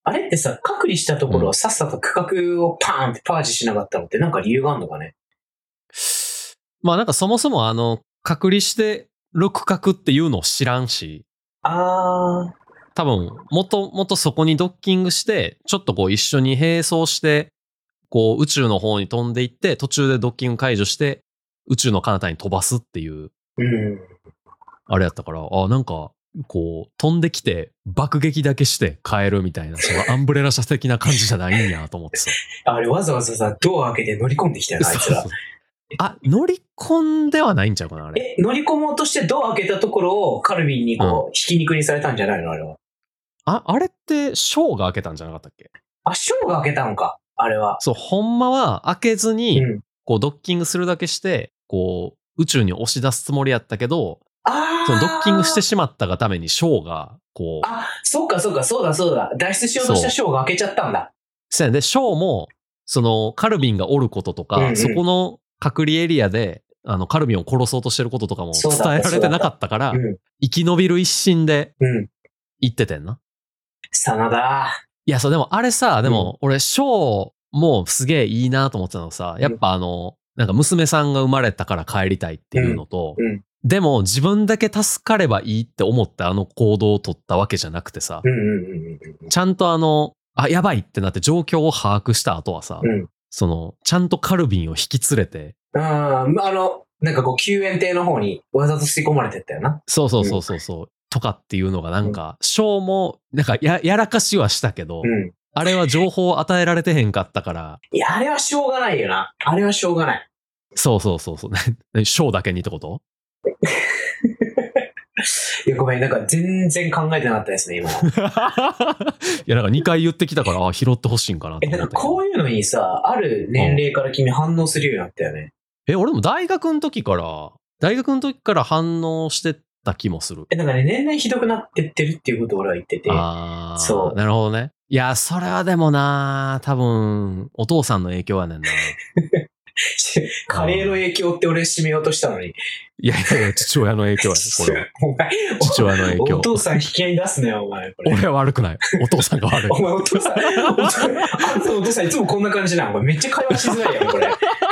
あれってさ、隔離したところをさっさと区画をパーンってパージしなかったのってなんか理由があるのかね。 まあなんかそもそもあの、隔離してる区画っていうのを知らんし。 あー。 多分、もともとそこにドッキングして、ちょっとこう一緒に並走して、こう宇宙の方に飛んでいって、途中でドッキング解除して、宇宙の彼方に飛ばすっていう、 うん、 あれやったから、あ、なんか、こう、飛んできて、爆撃だけして帰るみたいな、そのアンブレラ社的な感じじゃないんやと思ってさ。 あれわざわざさ、ドア開けて乗り込んできたよな、あいつら。 そうそうあ、乗り込んではないんちゃうかな、あれ。 え、乗り込もうとしてドア開けたところをカルビンにこう、うん、ひき肉にされたんじゃないのあれは。 あ、あれって、ショーが開けたんじゃなかったっけ？ あ、ショーが開けたのか、あれは。 そう、ほんまは開けずに、うん、こう、ドッキングするだけして、こう、宇宙に押し出すつもりやったけど、 あそのドッキングしてしまったがためにショーが、こう。 あ、そうかそうか、そうだそうだ。脱出しようとしたショーが開けちゃったんだ。 そうやね。で、ショーも、その、カルビンがおることとか、うんうん、そこの隔離エリアで、あの、カルビンを殺そうとしてることとかも伝えられてなかったから、うん、生き延びる一心で、言っててんな。 真田。 いや、そう、でもあれさ、でも、俺、ショーもすげえいいなと思ってたのさ、やっぱあの、なんか娘さんが生まれたから帰りたいっていうのと、うんうんでも自分だけ助かればいいって思ってあの行動を取ったわけじゃなくてさ、ちゃんとあの、あ、やばいってなって状況を把握した後はさ、うん、その、ちゃんとカルビンを引き連れて。 ああ、あの、なんかこう救援艇の方にわざと吸い込まれてったよな。 そうそうそうそうそう、うん、とかっていうのがなんか、ショーもなんかや、やらかしはしたけど、うん、あれは情報を与えられてへんかったから。 いや、あれはしょうがないよな。あれはしょうがない。 そうそうそうそう。ショーだけにってこと？ いやごめん、なんか全然考えてなかったですね、今。いや、なんかにかい言ってきたから、あ、拾ってほしいんかなと思って。 え、なんかこういうのにさ、ある年齢から君反応するようになったよね。 え、俺も大学の時から、大学の時から反応してた気もする。 え、だからね、年々ひどくなってってるっていうことを俺は言ってて。 ああ、そう。なるほどね。いや、それはでもな、多分、お父さんの影響やねんな。 カレーの影響って俺締めようとしたのに。 いやいやいや、父親の影響やねこれは。お前、父親の影響。 お父さん引き合いに出すねよ、お前。これ俺は悪くない。お父さんが悪い。 お前、お父さん、お父さん、あんたのお父さんいつもこんな感じなの。これめっちゃ会話しづらいやん、これ。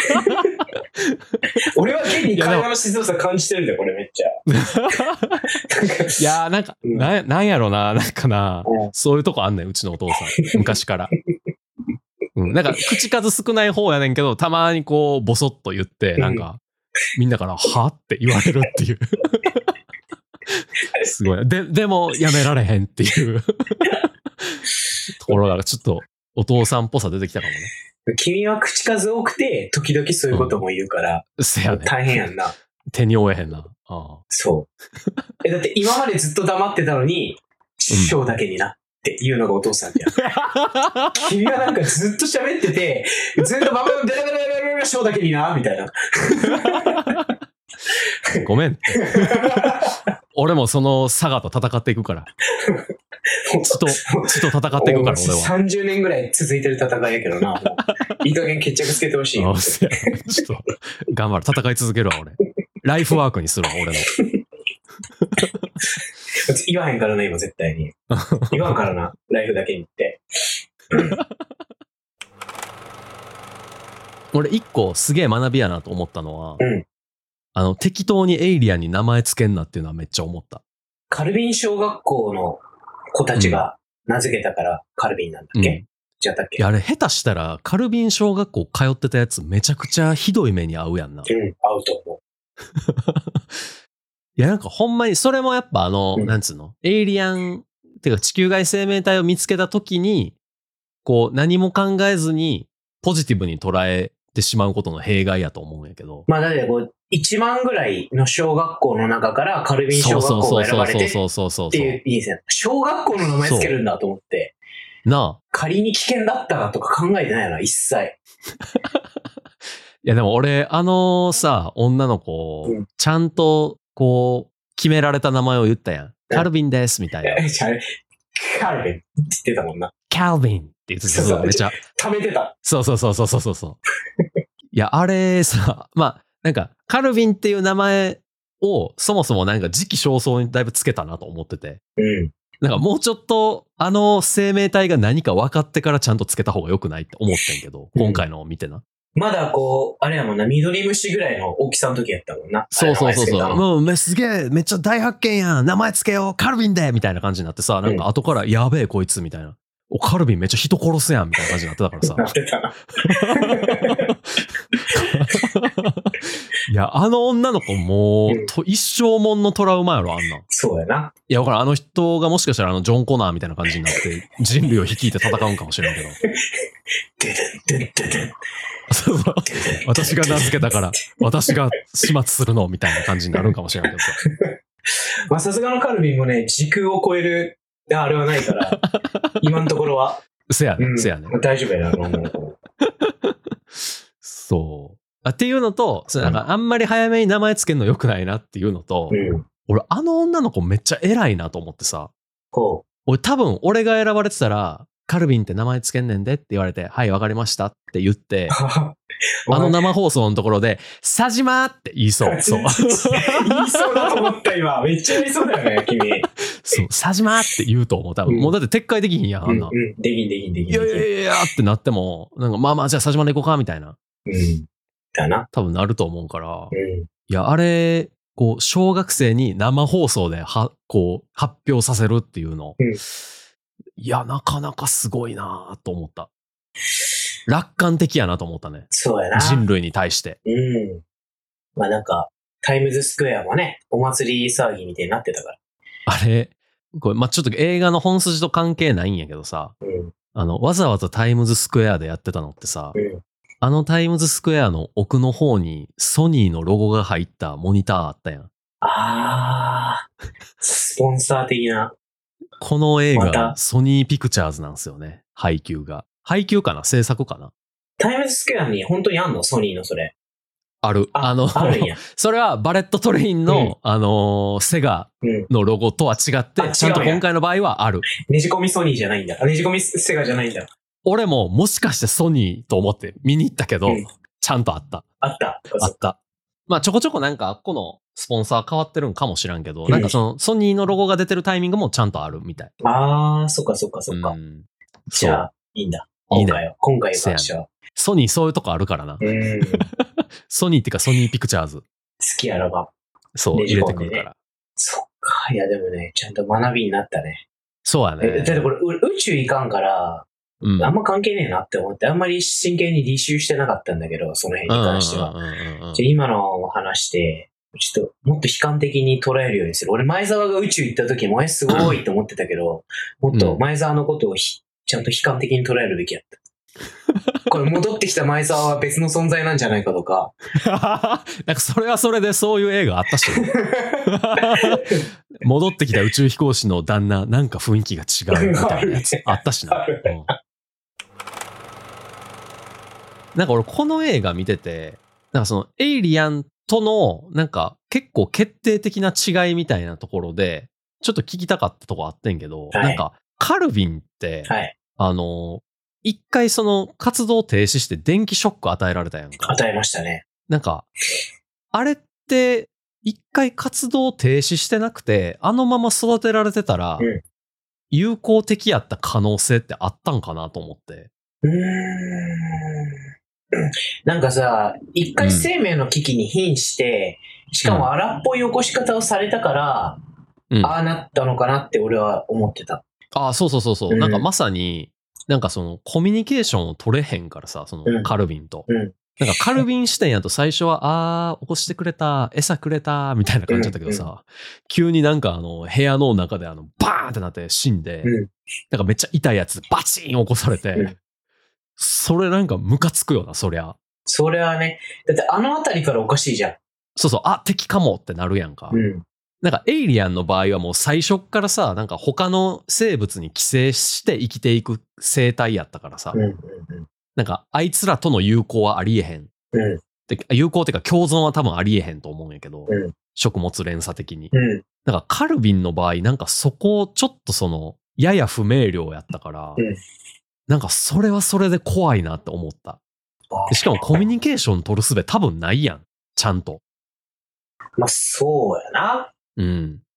俺は現に会話のしづらさ感じてるんだよ、これめっちゃ。 いやー、なんか、うん、な、なんやろな、なんかな、うん、そういうとこあんねん、うちのお父さん。昔から。うん、なんか、口数少ない方やねんけど、たまにこう、ボソッと言って、なんか、うん、みんなから、はって言われるっていう。すごい。で、でも、やめられへんっていうところが、ちょっと、お父さんっぽさ出てきたかもね。 君は口数多くて、時々そういうことも言うから、 うん、せやね。 大変やんな。 手に負えへんな。ああそう。え、だって今までずっと黙ってたのに、師匠だけにな。うんっていうのがお父さんじゃん。君はなんかずっと喋ってて、ずっとバババベラベラベラベラショーだけにな、みたいな。 ごめん。俺もその佐賀と戦っていくから。血と、血と戦っていくから俺は。 さんじゅうねんぐらい続いてる戦いやけどな。いい加減決着つけてほしいよ。 ちょっと、頑張る。戦い続けるわ、俺。ライフワークにするわ、俺の。 言わへんからな、今絶対に。言わんからな、ライフだけに言って。 俺一個すげえ学びやなと思ったのは、 うん、 あの、適当にエイリアンに名前つけんなっていうのはめっちゃ思った。 カルビン小学校の子たちが名付けたからカルビンなんだっけ、うん、じゃったっけ。 いや、あれ下手したらカルビン小学校通ってたやつめちゃくちゃひどい目に遭うやんな。 うん、合うと思う。 いや、なんかほんまに、それもやっぱあの、うん、なんつうの、エイリアン、てか地球外生命体を見つけたときに、こう、何も考えずに、ポジティブに捉えてしまうことの弊害やと思うんやけど。 まあ、だってこう、いちまんぐらいの小学校の中からカルビン小学校が選ばれてっていう、いいですね。小学校の名前つけるんだと思って。 なあ。 仮に危険だったらとか考えてないな、一切。 いや、でも俺、あのさ、女の子、うん、ちゃんと、こう、決められた名前を言ったやん。カルビンです、みたいな。 カルビンって言ってたもんな。 カルビンって言ってた。そうそう、めちゃ。 溜めてた。 そうそうそうそうそうそう。いや、あれさ、まあ、なんか、カルビンっていう名前を、そもそもなんか時期尚早にだいぶつけたなと思ってて。 うん。 なんかもうちょっと、あの生命体が何か分かってからちゃんとつけた方が良くないって思ってんけど、今回のを見てな。 まだこう、あれやもんな、緑虫ぐらいの大きさの時やったもんな。 そうそうそうそう。もうめすげえ、めっちゃ大発見やん。名前つけよう、カルビンでみたいな感じになってさ、なんか後からやべえこいつみたいな。お、カルビンめっちゃ人殺すやんみたいな感じになってたからさ。 なってたな。 いや、あの女の子もう、うん、と一生もんのトラウマやろ、あんな。 そうやな。 いや、だからあの人がもしかしたらあのジョン・コナーみたいな感じになって人類を率いて戦うんかもしれんけど。そうそう。私が名付けたから、私が始末するのみたいな感じになるんかもしれんけどさ。 まあさすがのカルビンもね、時空を超える、あれはないから、今のところは。 せやね、 うん、 せやね。 大丈夫やな、もう。 そう。っていうのと、それなんかあんまり早めに名前つけるの良くないなっていうのと、うん、俺あの女の子めっちゃ偉いなと思ってさ。 こう。 俺多分俺が選ばれてたら、カルビンって名前つけんねんでって言われて、はい、わかりましたって言って、あの生放送のところで、サジマーって言いそう。そう。 言いそうだと思った今。めっちゃ言いそうだよね、君。 そう、サジマーって言うと思う。多分、うん、もうだって撤回できひんやん、あんな。 うん、うん、できんできんできん。 いやいやいやってなっても、なんかまあまあじゃあサジマで行こうかみたいな。 うん。だな。 多分なると思うから。 うん。 いや、あれ、こう、小学生に生放送では、こう、発表させるっていうの。うん、いや、なかなかすごいなと思った。楽観的やなと思ったね。 そうやな。 人類に対して。 うん。まあなんか、タイムズスクエアもね、お祭り騒ぎみたいになってたから。 あれ、これ、まあ、ちょっと映画の本筋と関係ないんやけどさ、うん、あの、わざわざタイムズスクエアでやってたのってさ、うん、あのタイムズスクエアの奥の方にソニーのロゴが入ったモニターあったやん。 あー、スポンサー的な。 この映画、ま、ソニーピクチャーズなんですよね。配給が。配給かな制作かなタイムズスクエアに本当にあんのソニーのそれ。 ある。あ, あの、あるんやそれはバレットトレインの、うん、あのー、セガのロゴとは違って、うん、ちゃんと今回の場合はある。 ねじ込みソニーじゃないんだ。ねじ込みセガじゃないんだ。 俺ももしかしてソニーと思って見に行ったけど、うん、ちゃんとあった。 あった。 あった。まあちょこちょこなんかあっこのスポンサー変わってるんかもしらんけど、うん、なんかそのソニーのロゴが出てるタイミングもちゃんとあるみたい。 あー、そっかそっかそっか。うん、じゃあ、いいんだ。今回は。いいね、今回はじゃあ。 ソニーそういうとこあるからな。うん、ソニーっていうかソニーピクチャーズ。 好きあらば。 そう、ね、入れてくるから。 そっか。いやでもね、ちゃんと学びになったね。 そうやね。 だってこれ宇宙行かんから、うん、あんま関係ねえなって思って、あんまり真剣に履修してなかったんだけど、その辺に関しては。じゃ今の話で、ちょっともっと悲観的に捉えるようにする。俺前澤が宇宙行った時もえすごいと思ってたけど、もっと前澤のことをひちゃんと悲観的に捉えるべきやった。これ戻ってきた前澤は別の存在なんじゃないかとか。 なんかそれはそれでそういう映画あったし、ね、戻ってきた宇宙飛行士の旦那なんか雰囲気が違うみたいなやつあったしな、うん、なんか俺この映画見ててなんかそのエイリアンとのなんか結構決定的な違いみたいなところでちょっと聞きたかったとこあってんけど、はい、なんかカルビンって、はい、あの一回その活動停止して電気ショック与えられたやんか。 与えましたね。 なんか、あれって一回活動停止してなくて、あのまま育てられてたら、うん、有効的やった可能性ってあったんかなと思って。 うーん。なんかさ、一回生命の危機に瀕して、うん、しかも荒っぽい起こし方をされたから、うん、ああなったのかなって俺は思ってた。 ああ、そうそうそうそう。うん、なんかまさに、なんかそのコミュニケーションを取れへんからさ、そのカルビンと。うん、なんかカルビン視点やと最初は、あー、起こしてくれた、餌くれた、みたいな感じだったけどさ、うんうん、急になんかあの部屋の中であのバーンってなって死んで、うん、なんかめっちゃ痛いやつバチーン起こされて、うん、それなんかムカつくよな、そりゃ。 それはね、だってあのあたりからおかしいじゃん。 そうそう、あ、敵かもってなるやんか。うんなんかエイリアンの場合はもう最初っからさ、なんか他の生物に寄生して生きていく生態やったからさ、うんうんうん、なんかあいつらとの友好はありえへん。うん、で友好っていうか共存は多分ありえへんと思うんやけど、うん、食物連鎖的に。うん、なんかカルビンの場合なんかそこをちょっとそのやや不明瞭やったから、うん、なんかそれはそれで怖いなって思った。でしかもコミュニケーション取る術多分ないやん。ちゃんと。 まあそうやな。 うん。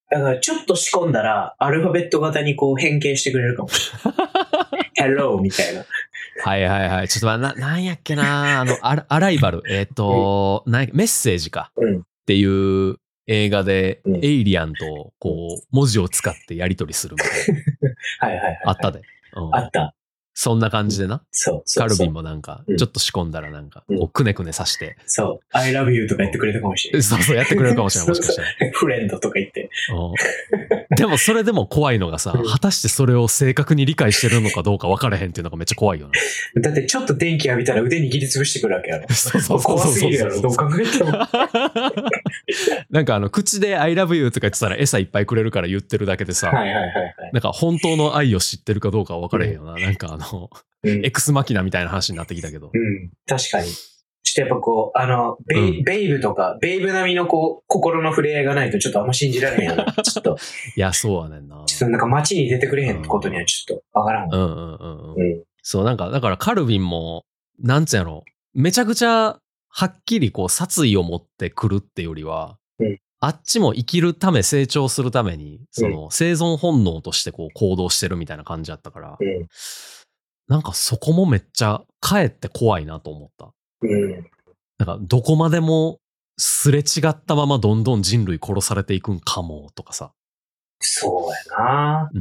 だからちょっと仕込んだら、アルファベット型にこう変形してくれるかも。Hello みたいな。 はいはいはい。ちょっとまあ、な、なんやっけなあの、アラアライバル。えっ、ー、と、うん、なメッセージか。うん、っていう映画で、うん、エイリアンと、こう、文字を使ってやり取りするみたいな。 はいはいはい、はい。 あったで。 うん、あった。 そんな感じでな。うん、 そうそうそう。 カルビンもなんか、ちょっと仕込んだらなんか、こう、くねくねさして。 そう。I love you とか言ってくれたかもしれない。 そうそう、やってくれるかもしれない。もしかしたら。 フレンドとか言って。 でもそれでも怖いのがさ、果たしてそれを正確に理解してるのかどうか分からへんっていうのがめっちゃ怖いよな。だってちょっと電気浴びたら腕握りつぶしてくるわけやろ。 そうそうそうそう。 怖すぎるやろ、どう考えても。 なんかあの、口で I love you とか言ってたら餌いっぱいくれるから言ってるだけでさ、 はいはいはいはい、 なんか本当の愛を知ってるかどうかは分からへんよな。うん、なんかあの、うん、エクスマキナみたいな話になってきたけど。 うん、確かに。ちょっとやっぱこう、あの、ベイ、うん、ベイブとか、ベイブ並みのこう、心の触れ合いがないとちょっとあんま信じられへんよな。ちょっと。 いや、そうはねんな。 ちょっとなんか街に出てくれへんことにはちょっとわからんわ。 うんうんうんうん。そう、なんか、だからカルビンも、なんつうやろ、めちゃくちゃ、はっきりこう、殺意を持ってくるってよりは、うん、あっちも生きるため、成長するために、その、うん、生存本能としてこう、行動してるみたいな感じだったから、うん、なんかそこもめっちゃ、かえって怖いなと思った。うんなんかどこまでもすれ違ったままどんどん人類殺されていくんかもとかさ。 そうやな。うん。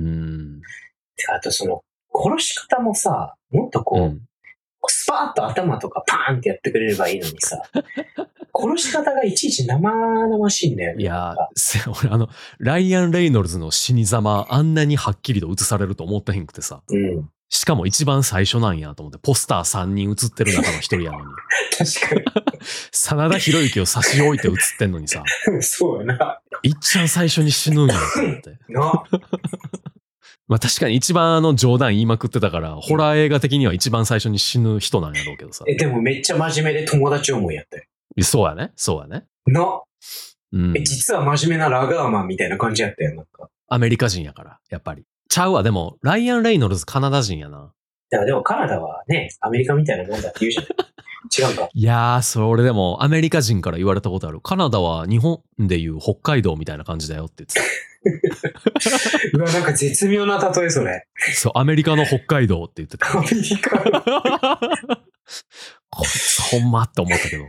てかあとその殺し方もさ、もっとこう、うん、スパーッと頭とかパーンってやってくれればいいのにさ、殺し方がいちいち生々しいんだよね。 いや、俺あの、ライアン・レイノルズの死に様あんなにはっきりと映されると思ってへんくてさ。うん。しかも一番最初なんやと思って、ポスターさんにん写ってる中の一人やのに。 確かに。 真田広之を差し置いて写ってんのにさ。 そうやな。 いっちゃん最初に死ぬんやと思って。なまあ確かに一番あの冗談言いまくってたから、ホラー映画的には一番最初に死ぬ人なんやろうけどさ。 え、でもめっちゃ真面目で友達思いやったよ。 そうやね。そうやね。 な。うん、え、実は真面目なラガーマンみたいな感じやったよ、なんか。 アメリカ人やから、やっぱり。ちゃうわ、でも、ライアン・レイノルズカナダ人やな。 いや、でもカナダはね、アメリカみたいなもんだって言うじゃん。違うか。 いやー、それ俺でもアメリカ人から言われたことある。カナダは日本でいう北海道みたいな感じだよって言ってた。うわ、なんか絶妙な例えそれ。 そう、アメリカの北海道って言ってた。 アメリカこいつほんまって思ったけど。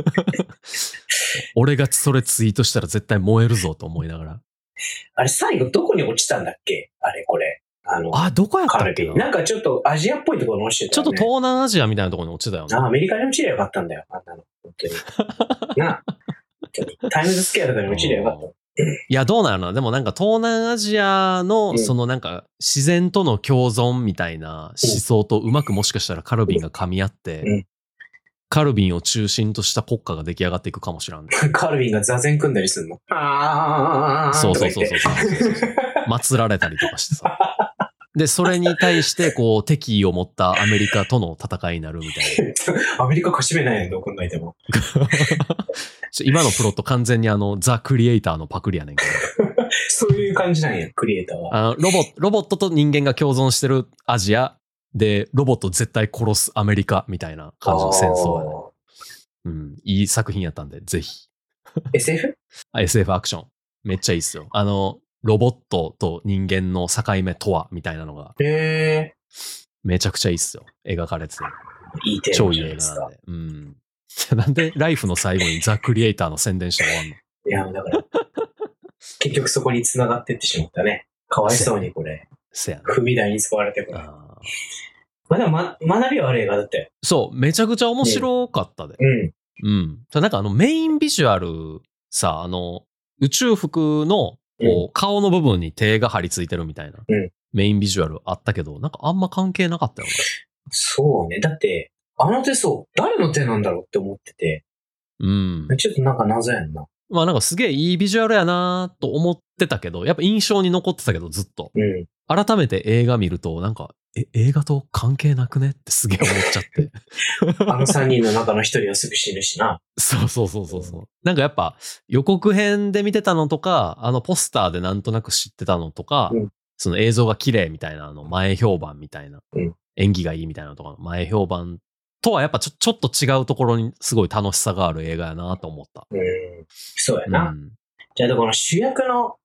俺がそれツイートしたら絶対燃えるぞと思いながら。 あれ最後どこに落ちたんだっけあれこれ。 あの、あ、どこやったっけななんかちょっとアジアっぽいところに落ちてたよね。 ちょっと東南アジアみたいなところに落ちてたよね。 あ、アメリカに落ちればよかったんだよ。あんなの。本当に。な本当に。タイムズスクエアとかに落ちればよかった。 いや、どうなの？でもなんか東南アジアの、そのなんか自然との共存みたいな思想とうまくもしかしたらカルビンが噛み合って、うん、カルビンを中心とした国家が出来上がっていくかもしれん。 カルビンが座禅組んだりするの？あーそうそうそうそう。祀られたりとかしてさ。で、それに対して、こう、敵意を持ったアメリカとの戦いになるみたいな。アメリカ勝ち目ないやん、どう考えても。 今のプロット完全にあの、ザ・クリエイターのパクリやねんけど。 そういう感じなんや、クリエイターは。 あのロボ、ロボットと人間が共存してるアジアで、ロボット絶対殺すアメリカみたいな感じの戦争やね。うん、いい作品やったんで、ぜひ。 エスエフ？ エスエフ アクション。めっちゃいいっすよ。あの、ロボットと人間の境目とはみたいなのが。 へー。めちゃくちゃいいっすよ。描かれてて。 いいテーマじゃないですか。 超いい映画なんで。うん。なんでライフの最後にザ・クリエイターの宣伝して終わんの？ いや、だから、結局そこに繋がってってしまったね。かわいそうにこれ。 せやね。 踏み台に使われてこれ。あまあでも、ま、学びはある映画だって。 そう、めちゃくちゃ面白かったで。 ね、 うん。うん。なんかあのメインビジュアルさ、あの、宇宙服のこう顔の部分に手が張り付いてるみたいな、うん、メインビジュアルあったけど、なんかあんま関係なかったよな。 そうね。だって、あの手そう、誰の手なんだろうって思ってて。うん。ちょっとなんか謎やんな。 まあなんかすげえいいビジュアルやなと思ってたけど、やっぱ印象に残ってたけどずっと。うん。改めて映画見ると、なんか、え、映画と関係なくねってすげえ思っちゃって。 あのさんにんの中のひとりはすぐ死ぬしな。 そうそうそうそうそう、うん。なんかやっぱ予告編で見てたのとか、あのポスターでなんとなく知ってたのとか、うん、その映像が綺麗みたいな、あの前評判みたいな、うん、演技がいいみたいなのとかの前評判とはやっぱちょ、ちょっと違うところにすごい楽しさがある映画やなと思った。 うん。そうやな。うん、じゃあこの主役の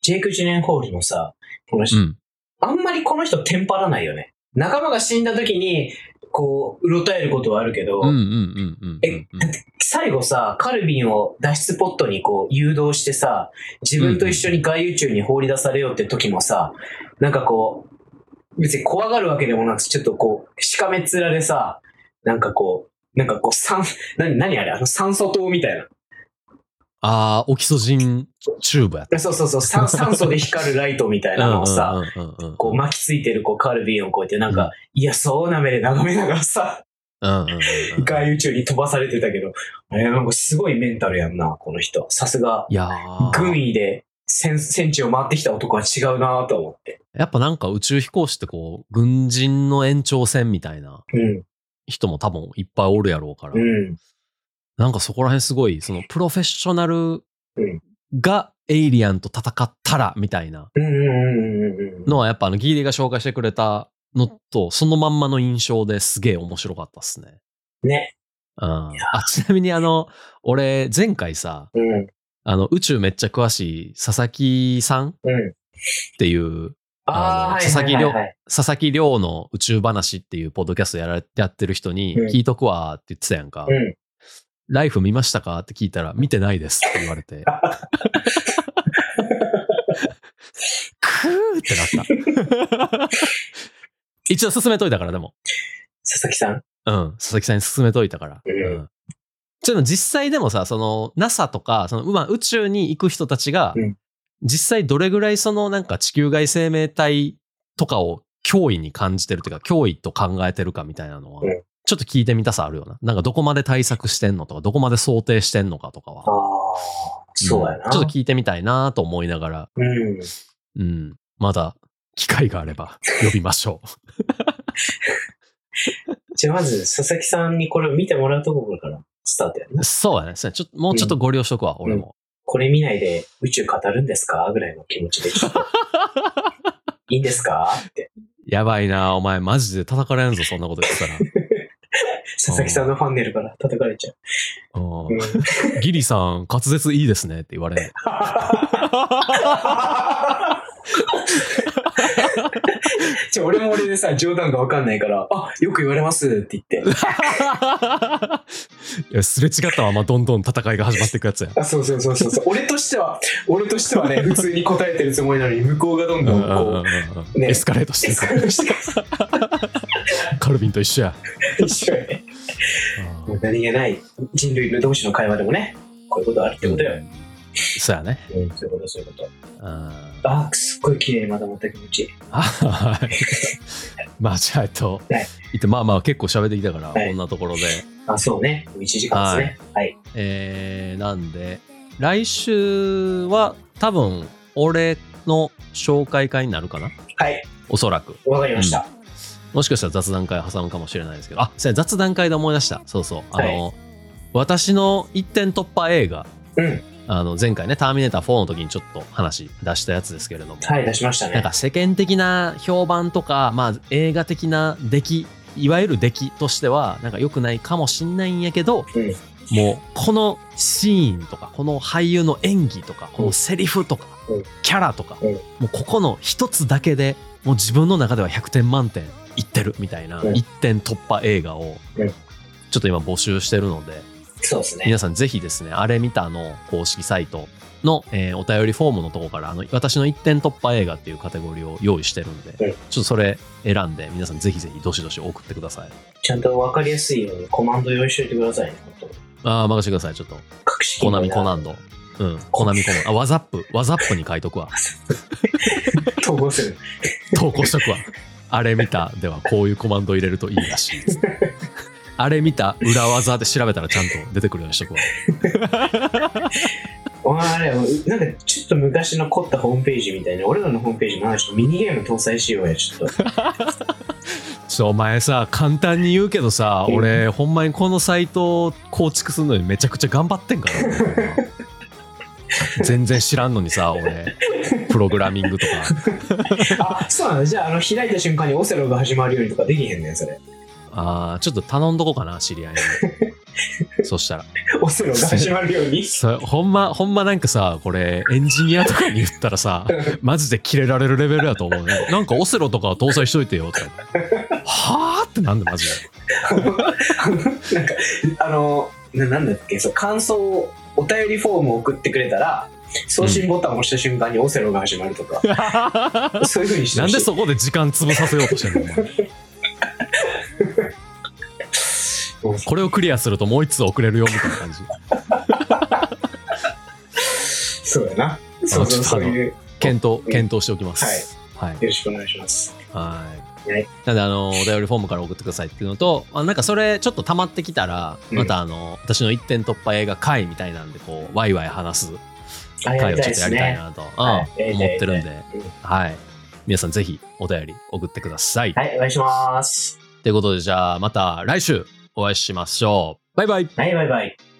ジェイク・ジュネンホールのさ、この人、うん、あんまりこの人テンパらないよね。仲間が死んだ時に、こう、うろたえることはあるけど、え、最後さ、カルビンを脱出ポットにこう誘導してさ、自分と一緒に外宇宙に放り出されようって時もさ、なんかこう、別に怖がるわけでもなく、ちょっとこう、しかめっ面でさ、なんかこう、なんかこう、酸、何、何あれあの酸素灯みたいな。 ああ、オキソジンチューブやった。 そうそうそう、酸, 酸素で光るライトみたいなのをさ、こう巻きついてるこうカルビンをこうやってなんか、うん、嫌そうな目で眺めながらさ、外宇宙に飛ばされてたけど、あれなんかすごいメンタルやんな、この人。さすが、軍医で戦, 戦地を回ってきた男は違うなと思って。 やっぱなんか宇宙飛行士ってこう、軍人の延長線みたいな人も多分いっぱいおるやろうから。うんなんかそこら辺すごい、そのプロフェッショナルがエイリアンと戦ったらみたいなのはやっぱあのギーリーが紹介してくれたのとそのまんまの印象ですげえ面白かったっすね。 ね。 うん、あちなみにあの、俺前回さ、うん、あの宇宙めっちゃ詳しい佐々木さんっていう、うん、あの佐々木亮、佐々木亮の宇宙話っていうポッドキャストやらやってる人に聞いとくわって言ってたやんか。うんライフ見ましたかって聞いたら、見てないですって言われて。クーってなった。一応進めといたから、でも。 佐々木さんうん、佐々木さんに進めといたから。うん。うん、ちょっと実際でもさ、その ナサ とか、その、まあ、宇宙に行く人たちが、うん、実際どれぐらいそのなんか地球外生命体とかを脅威に感じてるというか、脅威と考えてるかみたいなのは、うんちょっと聞いてみたさあるよな。なんかどこまで対策してんのとか、どこまで想定してんのかとかは。 ああ、そうやな、 うん。ちょっと聞いてみたいなと思いながら。 うん。 うん。まだ機会があれば呼びましょう。じゃあまず佐々木さんにこれを見てもらうところからスタートやね。 そうやね。ちょっともうちょっとご了承くわ、うん、俺も、うん。 これ見ないで宇宙語るんですかぐらいの気持ちでちょっと。いいんですかって。 やばいな、お前マジで叩かれんぞ、そんなこと言ってたら。 佐々木さんのファンネルから叩かれちゃう。 うん、ギリさん、滑舌いいですねって言われる。 ちょ俺も俺でさ、冗談がわかんないから、あ、よく言われますって言って。 いや、すれ違ったままどんどん戦いが始まっていくやつや。 あ、そうそうそうそうそう。俺としては、俺としてはね、普通に答えてるつもりなのに、向こうがどんどんこう、ね、エスカレートしていく。エスカレートしてカルビンと一緒や。 一緒やね。もう何気ない人類同士の会話でもね、こういうことあるってことよ。うん、 そうやね。 うん、そういうこと、そういうこと。ああ、すっごい綺麗にまとまった気持ちいい。 はい。まあ、じゃあ、えっと、はい、まあまあ結構喋ってきたから、はい、こんなところで。 あ、そうね。もういちじかんですね。はい。はい、 えー、なんで、来週は多分、俺の紹介会になるかな？ はい。 おそらく。 わかりました。 うんもしかしたら雑談会挟むかもしれないですけど、あ、それ雑談会で思い出した。そうそう。あの、はい、私の一点突破映画、 うん、 あの前回ね、ターミネーターフォーの時にちょっと話出したやつですけれども。 はい、出しましたね。 なんか世間的な評判とか、まあ映画的な出来、いわゆる出来としては、なんか良くないかもしんないんやけど、うん、もうこのシーンとか、この俳優の演技とか、このセリフとか、うん、キャラとか、うん、もうここの一つだけで、もう自分の中ではひゃくてん満点。いってるみたいな一点突破映画をちょっと今募集してるので、 そうですね、 皆さんぜひですねあれ見たの公式サイトの、えー、お便りフォームのところからあの私の一点突破映画っていうカテゴリーを用意してるんで、うん、ちょっとそれ選んで皆さんぜひぜひどしどし送ってください。 ちゃんと分かりやすいようにコマンド用意しておいてくださいね。本当ああ任せてください。ちょっとコナミコナンドうんコナミコナンドあワザップワザップに書いとくわ。 投稿する投稿しとくわ。あれ見たではこういうコマンド入れるといいらしい。あれ見た裏技で調べたらちゃんと出てくるようにしとくわ。 お前あれなんかちょっと昔の凝ったホームページみたいな俺らのホームページもちょっとミニゲーム搭載しようやちょっと。 ちょお前さ簡単に言うけどさ、うん、俺ほんまにこのサイトを構築するのにめちゃくちゃ頑張ってんから全然知らんのにさ俺プログラミングとか。あ、そうなの。じゃあ、あの開いた瞬間にオセロが始まるようにとかできへんねんそれ。 ああ、ちょっと頼んどこうかな知り合いに。 そしたら。 オセロが始まるように。 そほんま、ほんまなんかさ、これ、エンジニアとかに言ったらさ、マジでキレられるレベルやと思うね。なんかオセロとか搭載しといてよ、とか。はぁってなんでマジで。 なんか、あの、な, なんだっけ、そう、感想を、お便りフォームを送ってくれたら、送信ボタンを押した瞬間にオセロが始まるとか、うん、そういう風にしてほしい。 なんでそこで時間潰させようとしてんのこれをクリアするともう一つ遅れるよみたいな感じ。 そうやな。そうそう、そういう検討検討しておきます。 はい。はい、よろしくお願いします。 はい。はい、なんであのお便りフォームから送ってくださいっていうのと、あなんかそれちょっと溜まってきたら、またあの、うん、私の一点突破映画会みたいなんでこうワイワイ話す会をちょっとやりたいなと、ねうんはい、思ってるんで、うん、はい。皆さんぜひお便り送ってください。 はい、お願いします。 ということでじゃあまた来週お会いしましょう。バイバイ。 はい、バイバイ。